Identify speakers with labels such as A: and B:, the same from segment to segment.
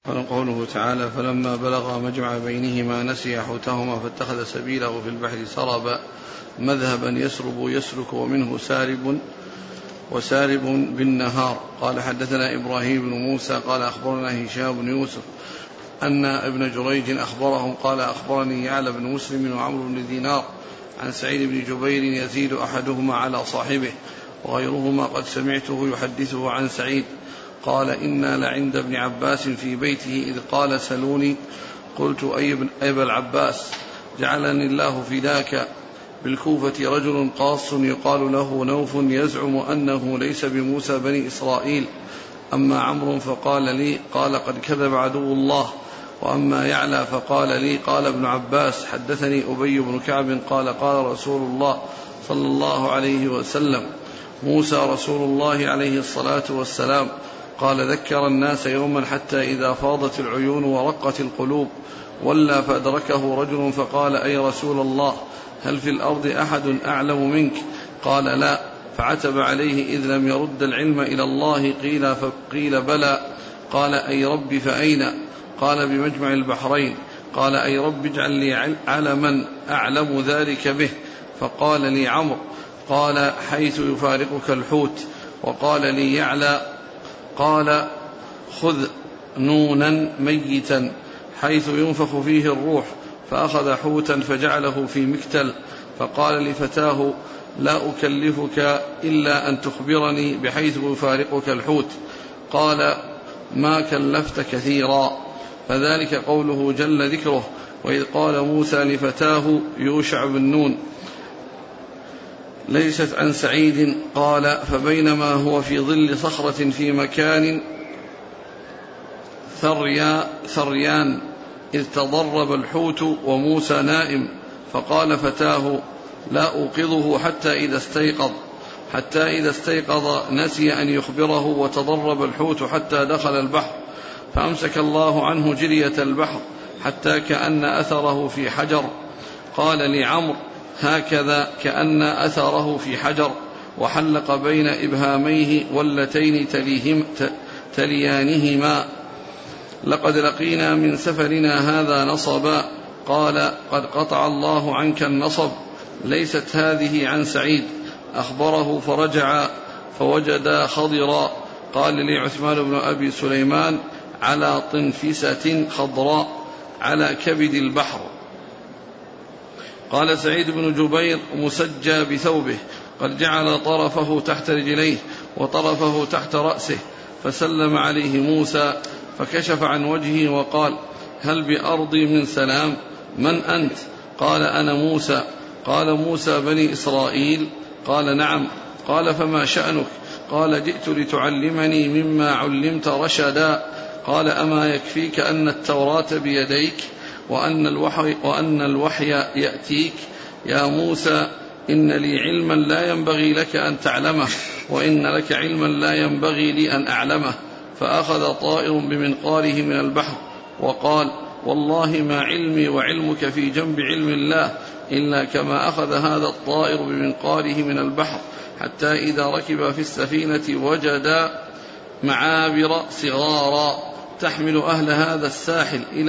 A: قوله تعالى: فلما بلغا مجمع بينهما نسيا حوتهما فاتخذ سبيله في البحر سربا مذهبا يسلك ومنه وسارب بالنهار. قال: حدثنا إبراهيم بن موسى قال أخبرنا هشام بن يوسف أن ابن جريج أخبرهم قال: أخبرني يعلى بن مسلم وعمرو بن دينار عن سعيد بن جبير يزيد أحدهما على صاحبه وغيرهما قد سمعته يحدثه عن سعيد قال: إنا لعند ابن عباس في بيته إذ قال: سلوني. قلت: أي أبا العباس؟ جعلني الله فداك. بالكوفة رجل قاص يقال له نوف يزعم أنه ليس بموسى بني إسرائيل. أما عمرو فقال لي: قال: قد كذب عدو الله. وأما يعلى فقال لي: قال ابن عباس: حدثني أبي بن كعب قال: قال رسول الله صلى الله عليه وسلم: موسى رسول الله عليه الصلاة والسلام. قال: ذكر الناس يوما حتى إذا فاضت العيون ورقت القلوب ولى فأدركه رجل فقال: أي رسول الله، هل في الأرض أحد أعلم منك؟ قال: لا. فعتب عليه إذ لم يرد العلم إلى الله. قيل: بلى. قال: أي رب فأين؟ قال: بمجمع البحرين. قال: أي رب اجعل لي علما أعلم ذلك به. فقال لي عمرو: قال: حيث يفارقك الحوت. وقال لي يعلى: قال: خذ نونا ميتا حيث ينفخ فيه الروح. فأخذ حوتا فجعله في مكتل فقال لفتاه: لا أكلفك إلا أن تخبرني بحيث يفارقك الحوت. قال: ما كلفت كثيرا. فذلك قوله جل ذكره: وإذ قال موسى لفتاه يوشع بن نون. ليست عن سعيد قال: فبينما هو في ظل صخرة في مكان ثريان إذ تضرب الحوت وموسى نائم. فقال فتاه: لا أوقظه حتى إذا استيقظ نسي أن يخبره وتضرب الحوت حتى دخل البحر. فأمسك الله عنه جرية البحر حتى كأن أثره في حجر. قال لعمرو: هكذا كأن أثره في حجر. وحلق بين إبهاميه واللتين تليانهما: لقد لقينا من سفرنا هذا نصبا. قال: قد قطع الله عنك النصب. ليست هذه عن سعيد. أخبره فرجع فوجد خضرا. قال لي عثمان بن أبي سليمان: على طنفسة خضراء على كبد البحر. قال سعيد بن جبير: مسجى بثوبه قد جعل طرفه تحت رجليه وطرفه تحت رأسه. فسلم عليه موسى فكشف عن وجهه وقال: هل بأرضي من سلام؟ من أنت؟ قال: أنا موسى. قال: موسى بني إسرائيل؟ قال: نعم. قال: فما شأنك؟ قال: جئت لتعلمني مما علمت رشدا. قال: أما يكفيك أن التوراة بيديك وأن الوحي يأتيك؟ يا موسى، إن لي علما لا ينبغي لك أن تعلمه، وإن لك علما لا ينبغي لي أن أعلمه. فأخذ طائر بمنقاره من البحر وقال: والله ما علمي وعلمك في جنب علم الله إلا كما أخذ هذا الطائر بمنقاره من البحر. حتى إذا ركب في السفينة وجد معابر صغارا تحمل أهل هذا الساحل إلى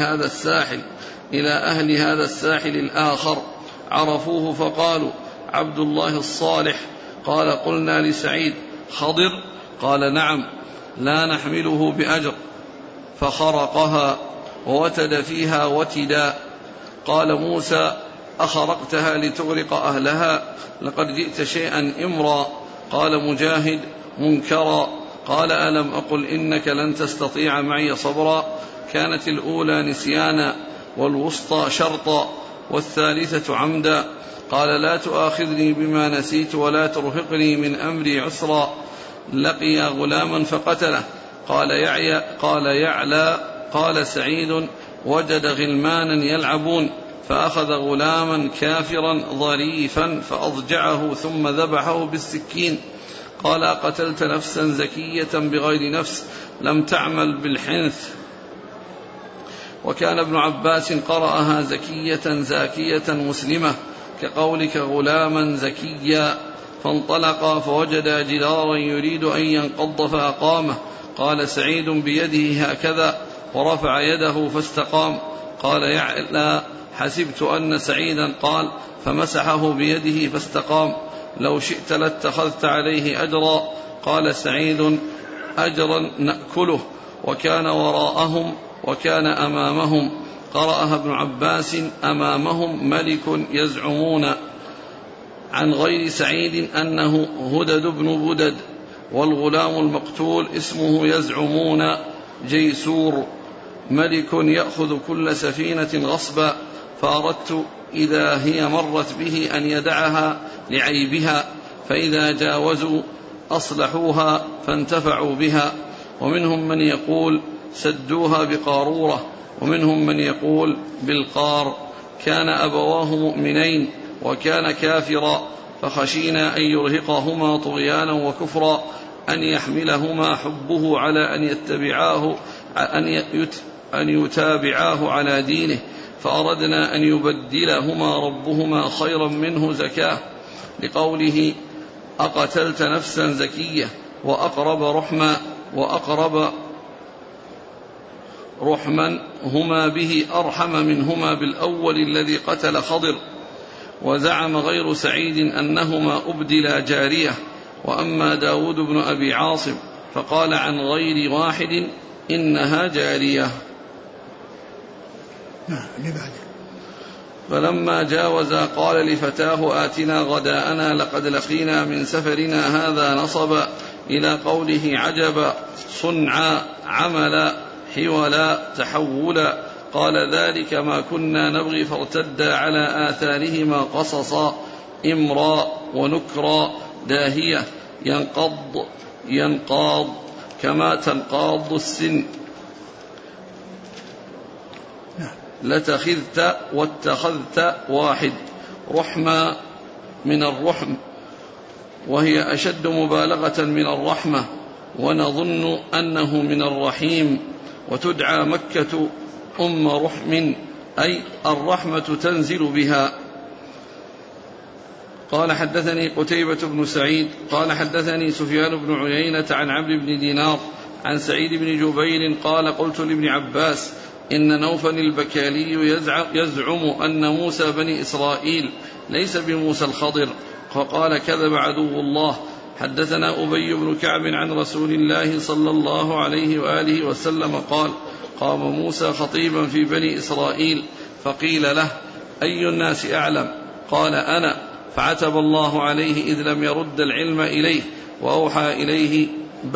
A: أهل هذا الساحل الآخر. عرفوه فقالوا: عبد الله الصالح. قال: قلنا لسعيد: خضر؟ قال: نعم. لا نحمله بأجر. فخرقها ووتد فيها وتدا. قال موسى: أخرقتها لتغرق أهلها؟ لقد جئت شيئا إمرا. قال مجاهد: منكرا. قال: ألم أقل إنك لن تستطيع معي صبرا؟ كانت الأولى نسيانا والوسطى شرطا والثالثة عمدا. قال: لا تؤاخذني بما نسيت ولا ترهقني من أمري عسرا. لقي غلاما فقتله. قال يعلى: قال سعيد: وجد غلمانا يلعبون فأخذ غلاما كافرا ظريفا فأضجعه ثم ذبحه بالسكين. قال: قتلت نفسا زكية بغير نفس لم تعمل بالحنث. وكان ابن عباس قرأها زكية زاكية مسلمة كقولك غلاما زكيا. فانطلقا فوجدا جدارا يريد أن ينقض فأقامه. قال سعيد: بيده هكذا. ورفع يده فاستقام. قال يعلى حسبت أن سعيدا قال فمسحه بيده فاستقام لو شئت لاتخذت عليه أجرا. قال سعيد أجرا نأكله. وكان وراءهم وكان أمامهم. قرأها ابن عباس أمامهم ملك يزعمون عن غير سعيد أنه هدد بن بدد، والغلام المقتول اسمه يزعمون جيسور. ملك يأخذ كل سفينة غصبا، فأردت إذا هي مرت به أن يدعها لعيبها، فإذا جاوزوا أصلحوها فانتفعوا بها. ومنهم من يقول سدوها بقارورة، ومنهم من يقول بالقار. كان أبواه مؤمنين وكان كافرا، فخشينا أن يرهقهما طغيانا وكفرا، أن يحملهما حبه على أن يتابعاه على دينه، فأردنا أن يبدلهما ربهما خيرا منه زكاة، لقوله أقتلت نفسا زكية وأقرب رحما هما به أرحم منهما بالأول الذي قتل خضر. وزعم غير سعيد أنهما أبدلا جارية. وأما داود بن أبي عاصم فقال عن غير واحد إنها جارية. فلما جاوز قال لفتاه آتنا غداءنا لقد لقينا من سفرنا هذا نصبا، إلى قوله عجبا صنعا عملا حولا تحولا. قال ذلك ما كنا نبغي فارتدا على آثارهما قصصا. إمرا ونكرا داهية ينقاض كما تنقاض السن. لتخذت واتخذت واحد. رحمة من الرحم، وهي أشد مبالغة من الرحمة، ونظن أنه من الرحيم. وتدعى مكة أم رحم، أي الرحمة تنزل بها. قال حدثني قتيبة بن سعيد قال حدثني سفيان بن عيينة عن عمرو بن دينار عن سعيد بن جبير قال قلت لابن عباس إن نوفا البكالي يزعم أن موسى بني إسرائيل ليس بموسى الخضر، فقال كذب عدو الله. حدثنا أبي بن كعب عن رسول الله صلى الله عليه وآله وسلم قال قام موسى خطيبا في بني إسرائيل، فقيل له أي الناس أعلم؟ قال أنا، فعتب الله عليه إذ لم يرد العلم إليه، وأوحى إليه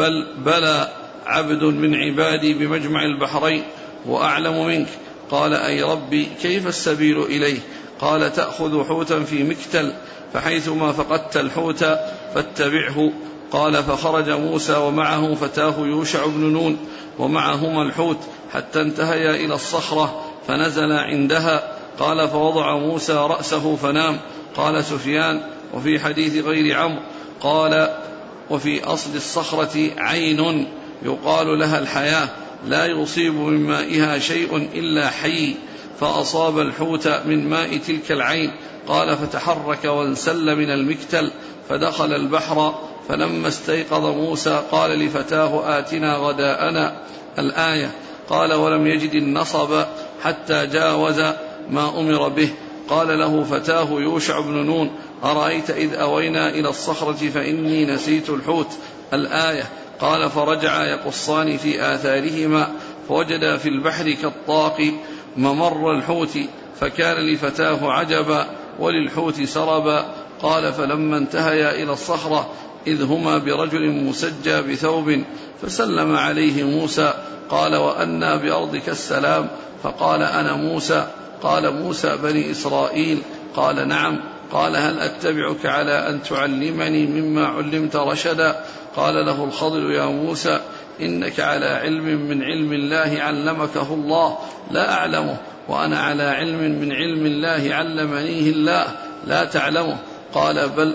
A: بلى عبد من عبادي بمجمع البحرين وأعلم منك. قال أي ربي كيف السبيل إليه؟ قال تأخذ حوتا في مكتل، فحيثما فقدت الحوت فاتبعه. قال فخرج موسى ومعه فتاه يوشع بن نون ومعهما الحوت حتى انتهيا إلى الصخرة فنزل عندها. قال فوضع موسى رأسه فنام. قال سفيان وفي حديث غير عمرو قال وفي أصل الصخرة عين يقال لها الحياة لا يصيب من مائها شيء إلا حي، فأصاب الحوت من ماء تلك العين. قال فتحرك وانسل من المكتل فدخل البحر. فلما استيقظ موسى قال لفتاه آتنا غداءنا الآية. قال ولم يجد النصب حتى جاوز ما أمر به. قال له فتاه يوشع بن نون أرأيت إذ أوينا إلى الصخرة فإني نسيت الحوت الآية. قال فرجع يقصان في آثارهما فوجدا في البحر كالطاق ممر الحوت، فكان لفتاه عجبا وللحوت سربا. قال فلما انتهيا إلى الصخرة إذ هما برجل مسجى بثوب فسلم عليه موسى. قال وأنى بأرضك السلام؟ فقال أنا موسى. قال موسى بني إسرائيل؟ قال نعم. قال هل أتبعك على أن تعلمني مما علمت رشدا؟ قال له الخضر يا موسى إنك على علم من علم الله علمكه الله لا أعلمه، وأنا على علم من علم الله علمنيه الله لا تعلمه. قال بل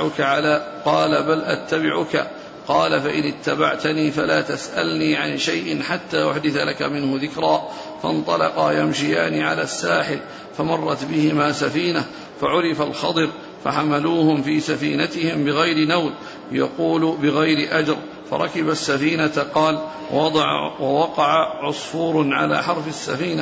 A: أتبعك. قال فإن اتبعتني فلا تسألني عن شيء حتى أحدث لك منه ذكرا. فانطلقا يمشيان على الساحل فمرت بهما سفينة فعرف الخضر فحملوهم في سفينتهم بغير نول يقول بغير أجر، فركب السفينة قال ووقع عصفور على حرف السفينة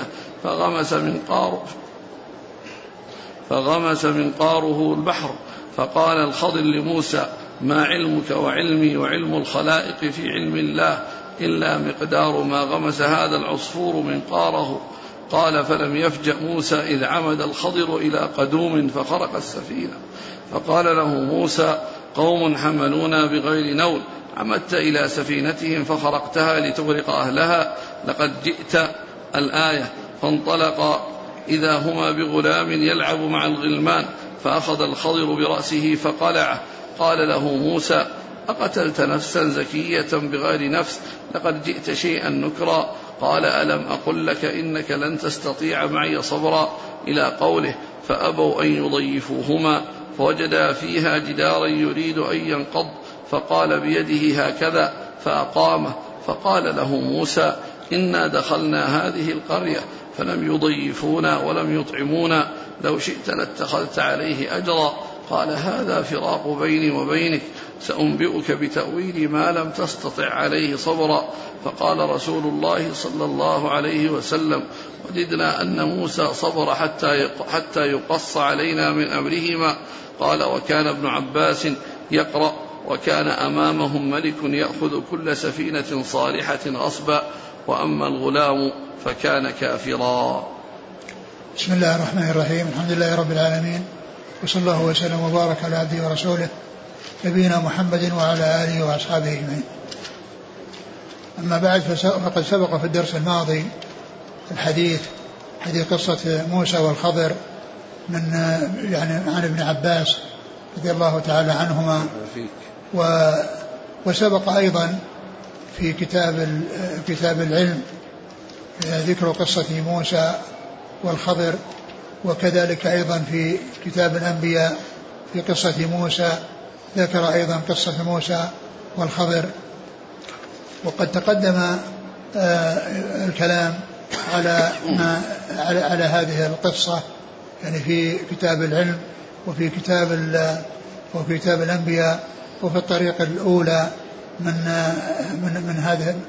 A: فغمس منقاره البحر. فقال الخضر لموسى ما علمك وعلمي وعلم الخلائق في علم الله إلا مقدار ما غمس هذا العصفور منقاره. قال فلم يفجأ موسى إذ عمد الخضر إلى قدوم فخرق السفينة. فقال له موسى قوم حملونا بغير نول، عمدت إلى سفينتهم فخرقتها لتغرق أهلها، لقد جئت الآية. فانطلق إذا هما بغلام يلعب مع الغلمان، فأخذ الخضر برأسه فقلعه. قال له موسى أقتلت نفسا زكية بغير نفس؟ لقد جئت شيئا نكرا. قال ألم أقل لك إنك لن تستطيع معي صبرا، إلى قوله فأبوا أن يضيفوهما، فوجدا فيها جدارا يريد أن ينقض، فقال بيده هكذا فأقامه. فقال له موسى إنا دخلنا هذه القرية فلم يضيفونا ولم يطعمونا، لو شئت لاتخذت عليه أجرا. قال هذا فراق بيني وبينك، سأنبئك بتأويل ما لم تستطع عليه صبرا. فقال رسول الله صلى الله عليه وسلم وددنا أن موسى صبر حتى يقص علينا من أمرهما. قال وكان ابن عباس يقرأ وكان أمامهم ملك يأخذ كل سفينة صالحة غصبا، وأما الغلام فكان كافرا.
B: بسم الله الرحمن الرحيم. الحمد لله رب العالمين، وصلى الله وسلم وبارك على عبده ورسوله نبينا محمد وعلى آله وأصحابه أجمعين. أما بعد، فقد سبق في الدرس الماضي الحديث قصة موسى والخضر عن ابن عباس رضي الله تعالى عنهما، وسبق أيضا في كتاب العلم ذكر قصة موسى والخضر، وكذلك أيضا في كتاب الأنبياء في قصة موسى ذكر أيضا قصة موسى والخضر. وقد تقدم الكلام على هذه القصة يعني في كتاب العلم وفي كتاب الأنبياء، وفي الطريقة الأولى من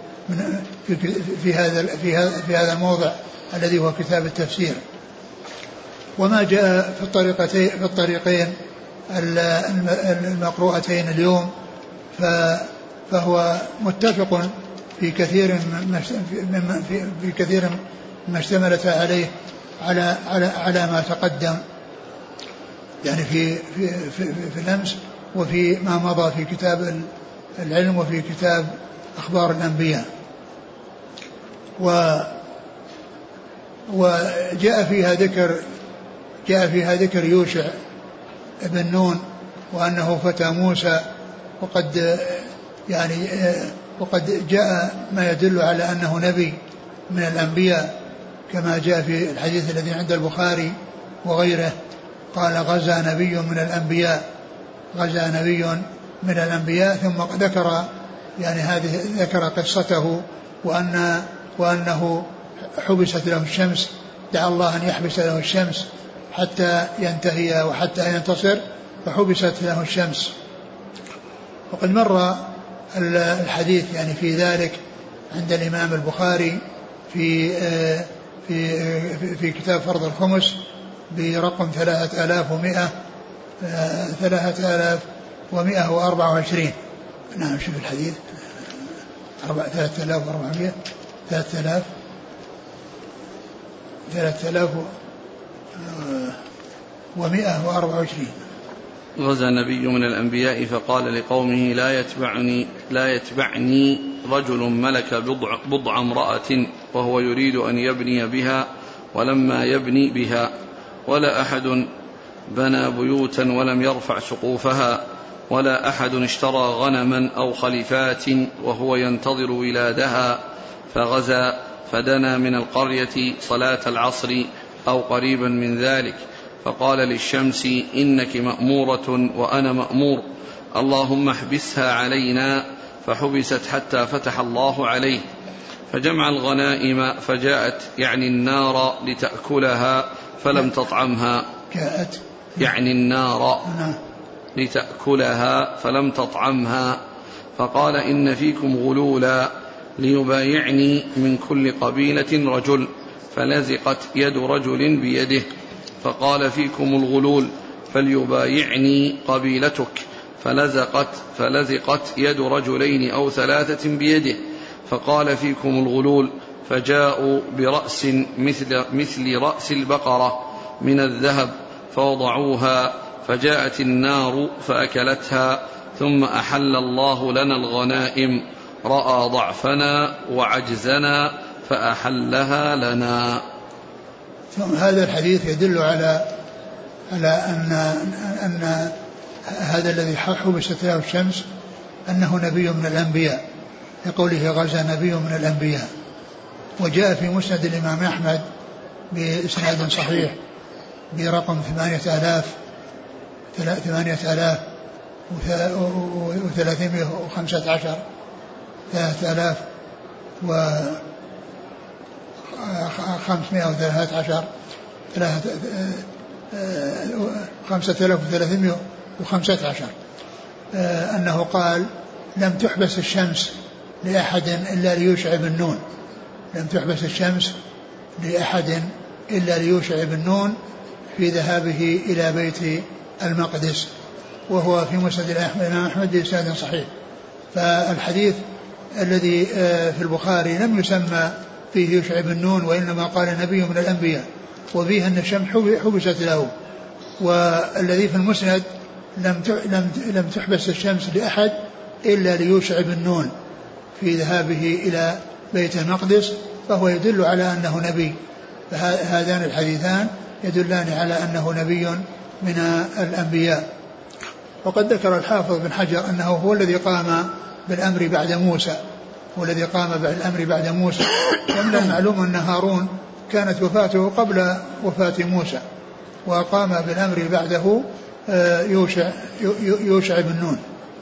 B: في هذا الموضع الذي هو كتاب التفسير. وما جاء في الطريقين المقروءتين اليوم فهو متفق في كثير مما اشتملت عليه على ما تقدم يعني في الأمس، وفي ما مضى في كتاب العلم وفي كتاب أخبار الأنبياء. وجاء فيها ذكر يوشع ابن نون وأنه فتى موسى، وقد جاء ما يدل على أنه نبي من الأنبياء، كما جاء في الحديث الذي عند البخاري وغيره قال غزا نبي من الأنبياء، ثم ذكر قصته وأنه حبست له الشمس، دعا الله أن يحبس له الشمس حتى ينتهي وحتى ينتصر، فحبست له الشمس. وقد مر الحديث يعني في ذلك عند الإمام البخاري في كتاب فرض الخمس برقم 3124. نعم، شوف الحديث 3400 3124.
A: غزا نبي من الأنبياء فقال لقومه لا يتبعني رجل ملك بضع امرأة وهو يريد أن يبني بها، ولما يبني بها ولا أحد بنى بيوتا ولم يرفع سقوفها، ولا أحد اشترى غنما أو خلفات وهو ينتظر ولادها، فغزا فدنا من القرية صلاة العصر أو قريبا من ذلك، فقال للشمس إنك مأمورة وأنا مأمور، اللهم احبسها علينا، فحبست حتى فتح الله عليه، فجمع الغنائم فجاءت يعني النار لتأكلها فلم تطعمها، يعني النار لتأكلها فلم تطعمها، فقال إن فيكم غلولا ليبايعني من كل قبيلة رجل، فلزقت يد رجل بيده، فقال فيكم الغلول فليبايعني قبيلتك، فلزقت يد رجلين أو 3 بيده، فقال فيكم الغلول، فجاءوا برأس مثل رأس البقرة من الذهب فوضعوها، فجاءت النار فأكلتها، ثم أحل الله لنا الغنائم، رأى ضعفنا وعجزنا فأحلها لنا.
B: ثم هذا الحديث يدل على أن هذا الذي حبست له الشمس أنه نبي من الأنبياء، لقوله غزا نبي من الأنبياء. وجاء في مسند الإمام أحمد بإسناد صحيح برقم 8315 5315 أنه قال لم تحبس الشمس لأحد إلا ليوشع بن نون، لم تحبس الشمس لأحد إلا ليوشع بن نون في ذهابه إلى بيت المقدس، وهو في مسند الإمام أحمد بإسناد صحيح. فالحديث الذي في البخاري لم يسمى فيه يوشع بن نون، وإنما قال نبي من الأنبياء، وفيه أن الشمس حبست له. والذي في المسند لم تحبس الشمس لأحد إلا ليوشع بن نون في ذهابه إلى بيت المقدس، فهو يدل على أنه نبي. فهذان الحديثان يدلان على أنه نبي من الأنبياء. وقد ذكر الحافظ بن حجر أنه هو الذي قام بالأمر بعد موسى، والذي قام بالأمر بعد موسى، ومن المعلوم أن هارون كانت وفاته قبل وفاة موسى، وقام بالأمر بعده يوشع بن نون.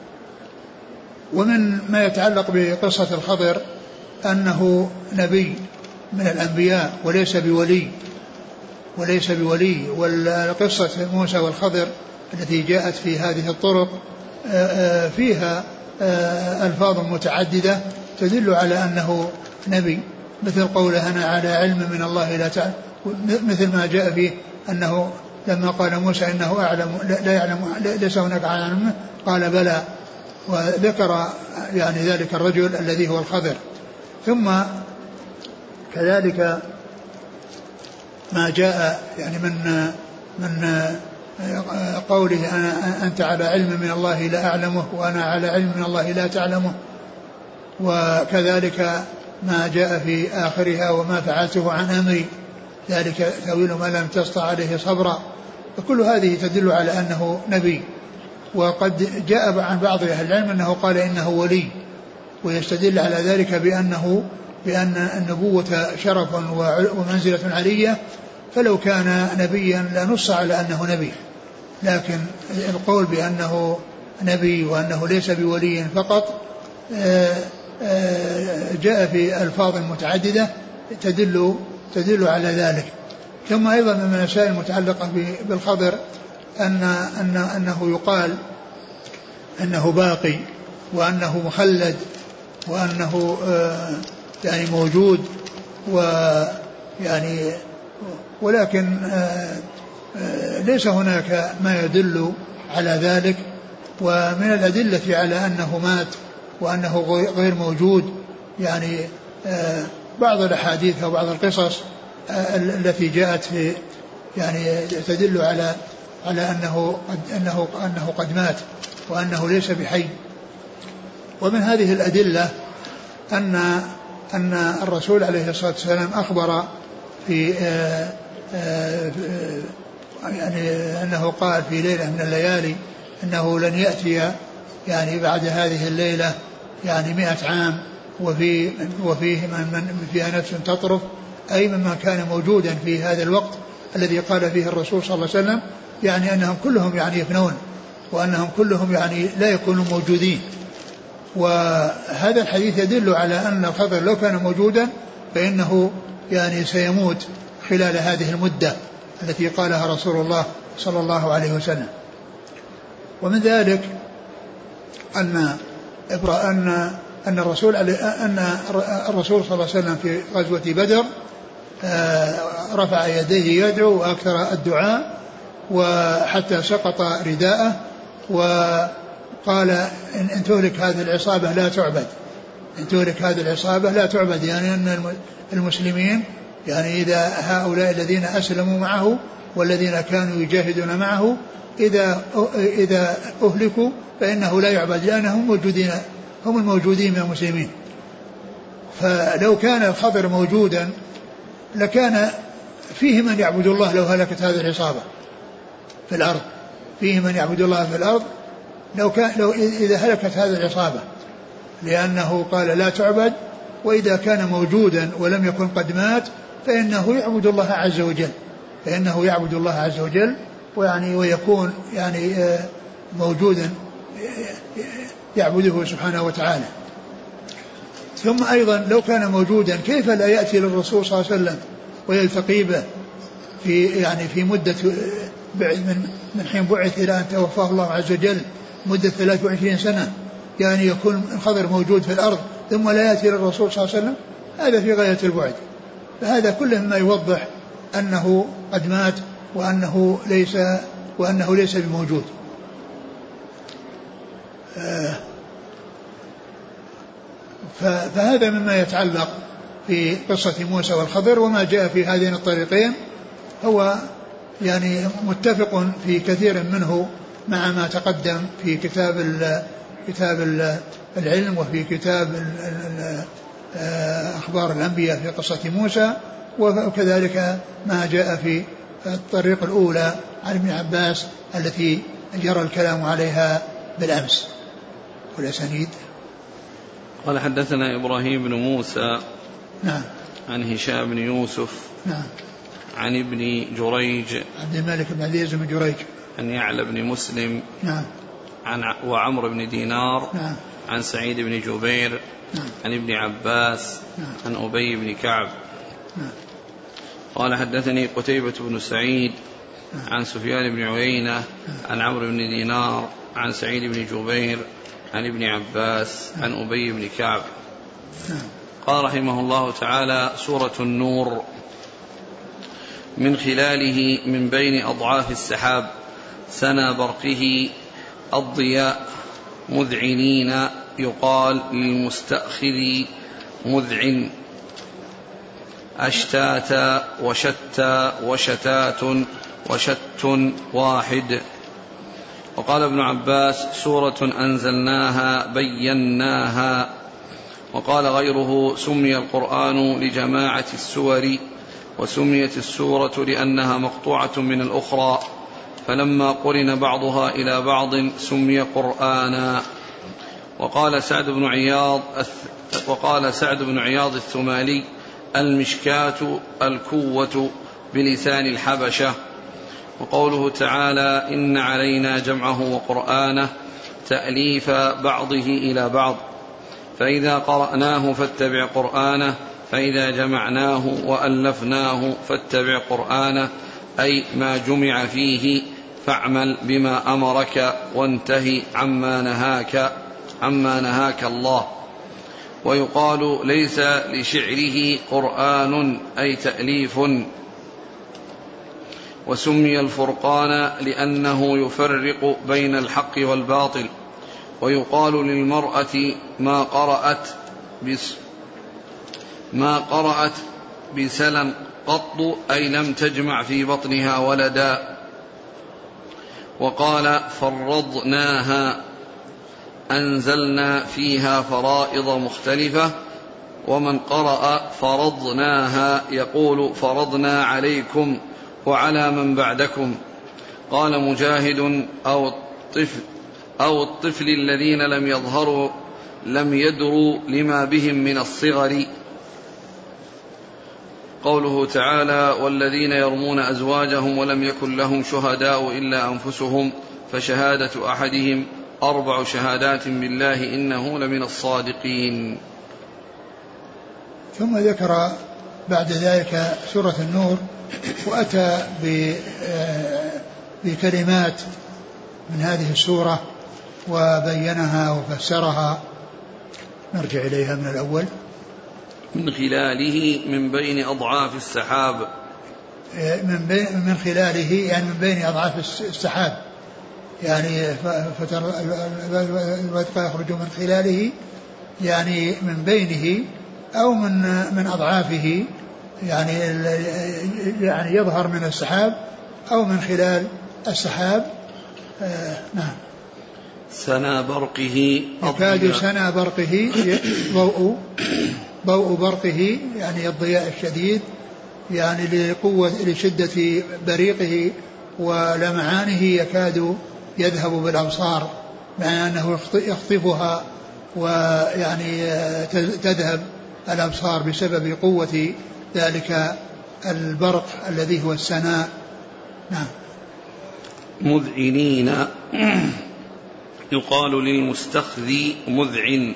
B: ومن ما يتعلق بقصة الخضر أنه نبي من الأنبياء وليس بولي. والقصة موسى والخضر التي جاءت في هذه الطرق فيها ألفاظ متعددة تدل على أنه نبي، مثل قوله أنا على علم من الله لا تعلم، مثل ما جاء فيه أنه لما قال موسى إنه أعلم لا يعلم ليس هناك علم، قال بلى، وذكر يعني ذلك الرجل الذي هو الخضر. ثم كذلك ما جاء يعني من قوله أنت على علم من الله لا أعلمه وأنا على علم من الله لا تعلمه. وكذلك ما جاء في آخرها وما فعلته عن أمري ذلك تأويل ما لم تستطع عليه صبرا. فكل هذه تدل على أنه نبي. وقد جاء عن بعض أهل العلم أنه قال إنه ولي، ويستدل على ذلك بأن النبوة شرف ومنزلة علية، فلو كان نبيا لنص على أنه نبي. لكن القول بأنه نبي وأنه ليس بولي فقط جاء في ألفاظ متعددة تدل على ذلك. ثم أيضا من المسائل المتعلقة بالخضر أنه يقال أنه باقي وأنه مخلد وأنه يعني موجود، ويعني ولكن ليس هناك ما يدل على ذلك. ومن الأدلة على أنه مات وأنه غير موجود يعني بعض الأحاديث أو بعض القصص التي جاءت في يعني تدل على أنه قد مات وأنه ليس بحي. ومن هذه الأدلة أن الرسول عليه الصلاة والسلام أخبر في يعني أنه قال في ليلة من الليالي أنه لن يأتي يعني بعد هذه الليلة يعني 100 عام وفيه من فيها نفس تطرف، أي مما كان موجودا في هذا الوقت الذي قال فيه الرسول صلى الله عليه وسلم، يعني أنهم كلهم يعني يفنون وأنهم كلهم يعني لا يكونوا موجودين. وهذا الحديث يدل على أن الخضر لو كان موجودا فإنه يعني سيموت خلال هذه المدة التي قالها رسول الله صلى الله عليه وسلم. ومن ذلك أن الرسول صلى الله عليه وسلم في غزوة بدر رفع يديه يدعو وأكثر الدعاء وحتى سقط رداءه، وقال إن تهلك هذه العصابة لا تعبد، إن تهلك هذه العصابة لا تعبد، يعني أن المسلمين يعني إذا هؤلاء الذين أسلموا معه والذين كانوا يجاهدون معه إذا أهلكوا فإنه لا يعبد، لأنهم هم الموجودين من المسلمين. فلو كان الخضر موجودا لكان فيه من يعبد الله لو هلكت هذه العصابة في الأرض، فيه من يعبد الله في الأرض لو إذا هلكت هذه العصابة، لأنه قال لا تعبد، وإذا كان موجودا ولم يكن قد مات فإنه يعبد الله عز وجل، فإنه يعبد الله عز وجل ويكون يعني موجودا يعبده سبحانه وتعالى. ثم أيضا لو كان موجودا كيف لا يأتي للرسول صلى الله عليه وسلم ويلتقي به في مدة من حين بعث إلى أن توفاه الله عز وجل مدة 23 سنة، يعني يكون الخضر موجود في الأرض ثم لا يأتي للرسول صلى الله عليه وسلم، هذا في غاية البعد. فهذا كله ما يوضح أنه قد مات وأنه ليس بموجود. فهذا مما يتعلق في قصة موسى والخضر، وما جاء في هذين الطريقين هو يعني متفق في كثير منه مع ما تقدم في كتاب العلم وفي كتاب أخبار الأنبياء في قصة موسى، وكذلك ما جاء في الطريق الأولى عن ابن عباس التي جرى الكلام عليها بالأمس. والأسانيد
A: قال حدثنا إبراهيم بن موسى
B: نعم
A: عن هشام بن يوسف
B: نعم
A: عن ابن جريج
B: عبد الملك بن عزيز بن جريج
A: عن يعلى بن مسلم
B: نعم
A: وعمر بن دينار
B: نعم
A: عن سعيد بن جبير
B: نعم
A: عن ابن عباس
B: نعم
A: عن أبي بن كعب
B: نعم
A: قال حدثني قتيبة بن سعيد عن سفيان بن عيينة عن عمرو بن دينار عن سعيد بن جبير عن ابن عباس عن أبي بن كعب. قال رحمه الله تعالى: سورة النور من خلاله من بين أضعاف السحاب سنا برقه الضياء مذعنين، يقال للمستأخذ مذعن، أشتاتا وشتى وشتات وشت واحد. وقال ابن عباس: سورة أنزلناها بيناها. وقال غيره: سمي القرآن لجماعة السور، وسميت السورة لأنها مقطوعة من الأخرى، فلما قرن بعضها إلى بعض سمي قرآنا. وقال سعد بن عياض الثمالي: المشكاة الكوة بلسان الحبشة. وقوله تعالى: إن علينا جمعه وقرآنه تأليف بعضه إلى بعض، فإذا قرأناه فاتبع قرآنه، فإذا جمعناه وألفناه فاتبع قرآنه، أي ما جمع فيه فاعمل بما أمرك وانتهي عما نهاك الله. ويقال ليس لشعره قرآن أي تأليف. وسمي الفرقان لأنه يفرق بين الحق والباطل. ويقال للمرأة ما قرأت بسلا قط، أي لم تجمع في بطنها ولدا. وقال فرضناها أنزلنا فيها فرائض مختلفة. ومن قرأ فرضناها يقول فرضنا عليكم وعلى من بعدكم. قال مجاهد: أو الطفل الذين لم يدروا لما بهم من الصغر. قوله تعالى: والذين يرمون أزواجهم ولم يكن لهم شهداء إلا أنفسهم فشهادة أحدهم 4 شهادات بالله إنه لمن الصادقين.
B: ثم ذكر بعد ذلك سورة النور، وأتى بكلمات من هذه السورة وبينها وفسرها نرجع إليها من الأول.
A: من خلاله من بين أضعاف السحاب.
B: من خلاله يعني من بين أضعاف السحاب، يعني فترى الودق يخرج من خلاله يعني من بينه أو من أضعافه، يعني يظهر من السحاب أو من خلال السحاب. نعم.
A: سنا برقه
B: يكاد سنا برقه ضوء برقه يعني الضياء الشديد، يعني لشدة بريقه ولمعانه يكاد يذهب بالأبصار، مع أنه يخطفها ويعني تذهب الأبصار بسبب قوة ذلك البرق الذي هو السناء. نعم.
A: مذعنين يقال للمستخذي مذعن.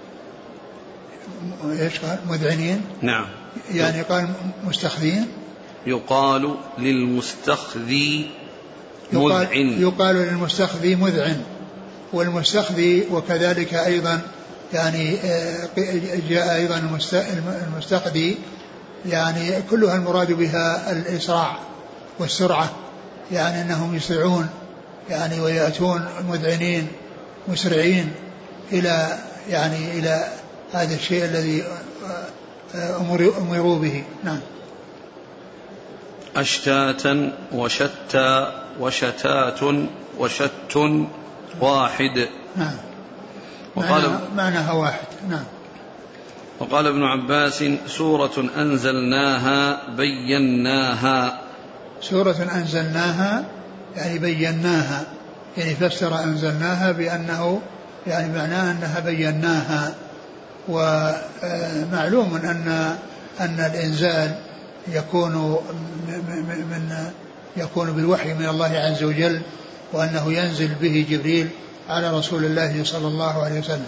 B: ايش قال؟ مذعنين.
A: نعم.
B: يعني قال مستخذين.
A: يقال للمستخذي مذعن.
B: يقال للمستخذي مذعن. والمستخذي وكذلك أيضا يعني جاء أيضا المستخذي يعني كلها المراد بها الإسراع والسرعة، يعني أنهم يسرعون يعني ويأتون مذعنين مسرعين إلى يعني إلى هذا الشيء الذي أمروا به. نعم.
A: أشتاتا وشتى وشتات وشت واحد.
B: نعم.
A: وقال
B: معناها واحد. نعم.
A: وقال ابن عباس سورة أنزلناها بيناها.
B: سورة أنزلناها يعني بيناها، يعني فسر أنزلناها بأنه يعني معناه أنها بيناها. ومعلوم أن الإنزال يكون بالوحي من الله عز وجل، وأنه ينزل به جبريل على رسول الله صلى الله عليه وسلم.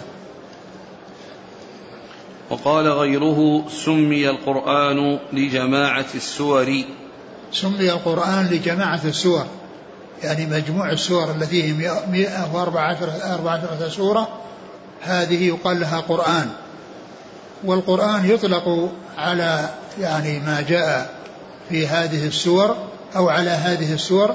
A: وقال غيره سمي القرآن لجماعة السور.
B: سمي القرآن لجماعة السور، يعني مجموع السور التي هي 114 سورة، هذه يقال لها قرآن. والقرآن يطلق على يعني ما جاء في هذه السور أو على هذه السور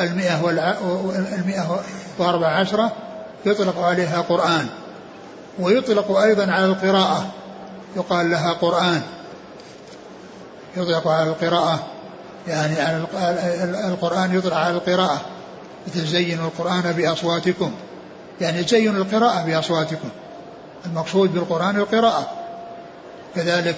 B: 114 يطلق عليها قرآن. ويطلق أيضا على القراءة، يقال لها قرآن، يطلق على القراءة، يعني على القرآن يطلق على القراءة، تزينوا القرآن بأصواتكم، يعني زينوا القراءة بأصواتكم، المقصود بالقرآن القراءة. كذلك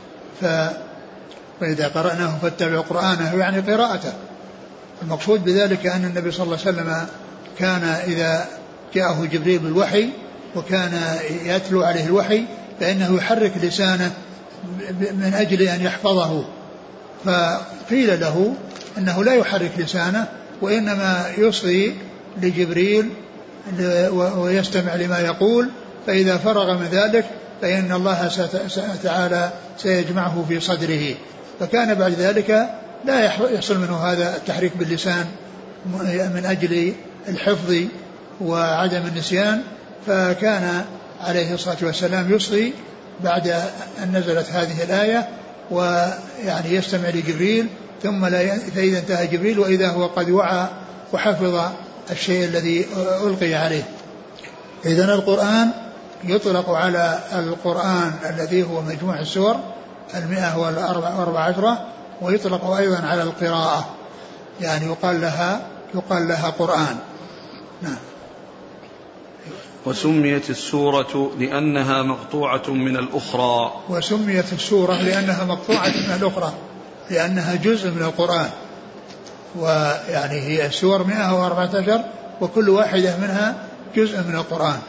B: فإذا قرأناه فاتبعوا قرآنه يعني قراءته. المقصود بذلك أن النبي صلى الله عليه وسلم كان إذا جاءه جبريل بالوحي وكان يتلو عليه الوحي فإنه يحرك لسانه من أجل أن يحفظه، فقيل له أنه لا يحرك لسانه وإنما يصغي لجبريل ويستمع لما يقول، فإذا فرغ من ذلك فإن الله تعالى سيجمعه في صدره. فكان بعد ذلك لا يحصل منه هذا التحريك باللسان من أجل الحفظ وعدم النسيان، فكان عليه الصلاة والسلام يصغي بعد أن نزلت هذه الآية ويعني يستمع لجبريل، ثم فإذا انتهى جبريل وإذا هو قد وعى وحفظ الشيء الذي ألقي عليه. إذن القرآن يطلق على القرآن الذي هو مجموع السور 114، ويطلق أيضا على القراءة، يعني يقال لها قرآن. نعم.
A: وسميت السورة لأنها مقطوعة من الأخرى.
B: وسميت السورة لأنها مقطوعة من الأخرى، لأنها جزء من القرآن، ويعني هي السور 114 وكل واحدة منها جزء من القرآن.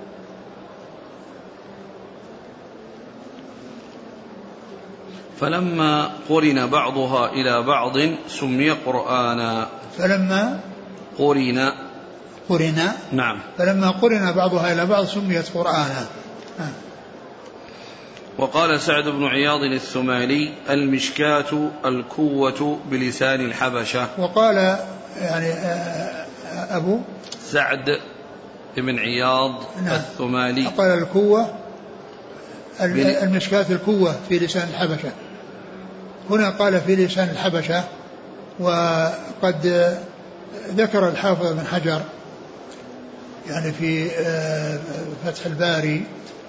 A: فلما قرن بعضها إلى بعض سمي قرآنا.
B: فلما قرن
A: نعم.
B: فلما قرن بعضها إلى بعض سميت قرآنا.
A: وقال سعد بن عياض الثمالي المشكاة الكوة بلسان الحبشة.
B: وقال يعني أبو
A: سعد بن عياض الثمالي
B: قال الكوة المشكاة الكوة في لسان الحبشة. هنا قال في لسان الحبشة. وقد ذكر الحافظ بن حجر يعني في فتح الباري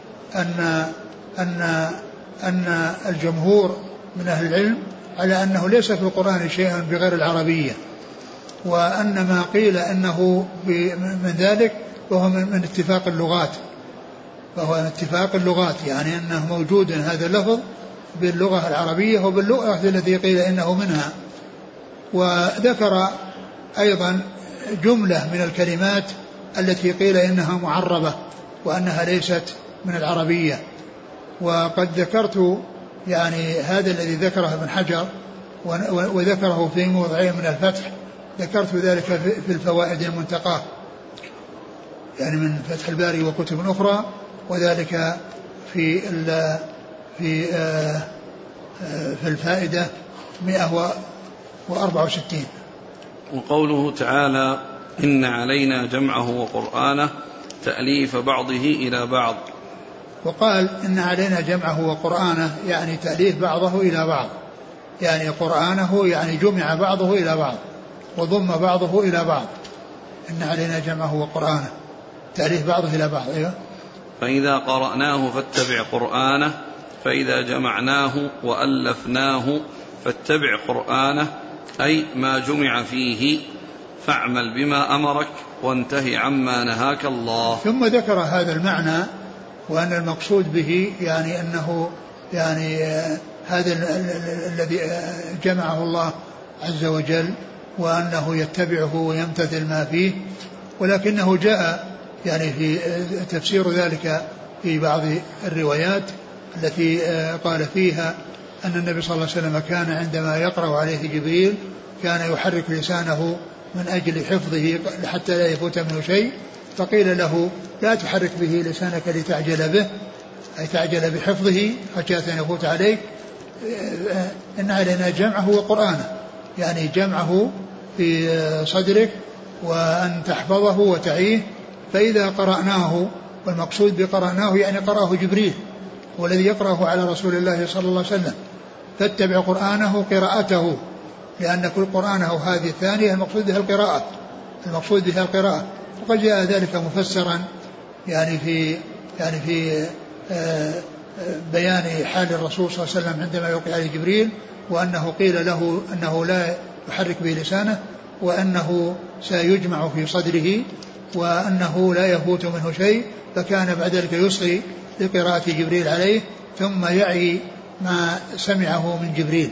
B: أن الجمهور من أهل العلم على أنه ليس في القرآن شيء بغير العربية، وأن ما قيل أنه من ذلك وهو من اتفاق اللغات، فهو من اتفاق اللغات، يعني أنه موجود هذا اللفظ باللغة العربية وباللغة التي قيل إنه منها. وذكر أيضا جملة من الكلمات التي قيل إنها معربة وأنها ليست من العربية. وقد ذكرت يعني هذا الذي ذكره ابن حجر وذكره في موضعين من الفتح، ذكرت ذلك في الفوائد المنتقاه يعني من فتح الباري وكتب أخرى، وذلك في الفائدة 164.
A: وقوله تعالى إن علينا جمعه وقرآنه تأليف بعضه إلى بعض.
B: وقال إن علينا جمعه وقرآنه يعني تأليف بعضه إلى بعض، يعني قرآنه يعني جمع بعضه إلى بعض وضم بعضه إلى بعض. إن علينا جمعه وقرآنه تأليف بعضه إلى بعض. أيوة.
A: فإذا قرأناه فاتبع قرآنه فإذا جمعناه وألفناه فاتبع قرآنه أي ما جمع فيه فاعمل بما أمرك وانتهي عما نهاك الله.
B: ثم ذكر هذا المعنى وأن المقصود به يعني أنه يعني هذا الذي جمعه الله عز وجل وأنه يتبعه ويمتثل ما فيه، ولكنه جاء يعني في تفسير ذلك في بعض الروايات التي قال فيها أن النبي صلى الله عليه وسلم كان عندما يقرأ عليه جبريل كان يحرك لسانه من أجل حفظه حتى لا يفوت منه شيء، فقيل له لا تحرك به لسانك لتعجل به، أي تعجل بحفظه حتى يفوت عليك. إن علينا جمعه وقرآنه يعني جمعه في صدرك وأن تحفظه وتعيه. فإذا قرأناه، والمقصود بقرأناه يعني قرأه جبريل والذي يقرأه على رسول الله صلى الله عليه وسلم، فاتبع قرآنه قراءته، لأن كل قرآنه هذه الثانية المقصود بها القراءة، المقصود بها القراءة. وقد جاء ذلك مفسرا يعني في بيان حال الرسول صلى الله عليه وسلم عندما يوقع عليه جبريل، وأنه قيل له أنه لا يحرك به لسانه وأنه سيجمع في صدره وأنه لا يفوت منه شيء، فكان بعد ذلك يصغي لقراءة جبريل عليه ثم يعي ما سمعه من جبريل.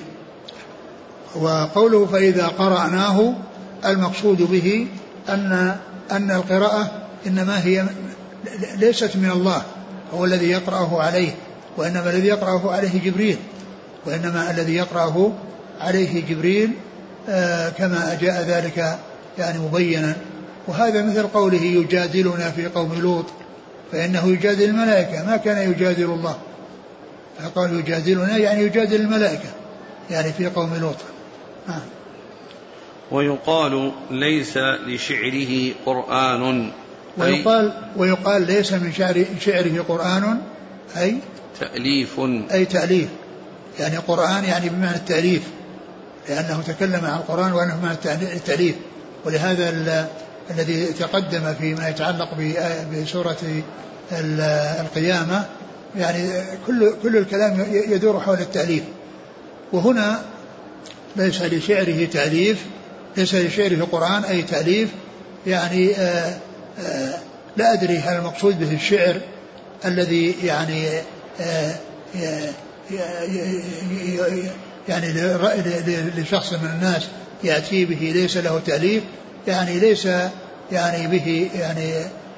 B: وقوله فإذا قرأناه المقصود به أن القراءة إنما هي ليست من الله هو الذي يقرأه عليه، وإنما الذي يقرأه عليه جبريل، وإنما الذي يقرأه عليه جبريل كما جاء ذلك يعني مبينا. وهذا مثل قوله يجادلنا في قوم لوط، فإنه يجادل الملائكة ما كان يجادل الله، فقال يجادلنا يعني يجادل الملائكة يعني في قوم لوط.
A: ويقال ليس لشعره قرآن،
B: ويقال ليس من شعره قرآن أي تأليف، أي تأليف يعني قرآن يعني بمعنى التأليف، لأنه تكلم عن القرآن وأنه بمعنى التأليف. ولهذا الذي تقدم فيما يتعلق بسورة القيامة يعني كل الكلام يدور حول التأليف. وهنا ليس لشعره تأليف، ليس لشعره قرآن أي تأليف، يعني لا أدري هل المقصود به الشعر الذي يعني لشخص من الناس يأتي به ليس له تأليف، يعني ليس يعني به يعني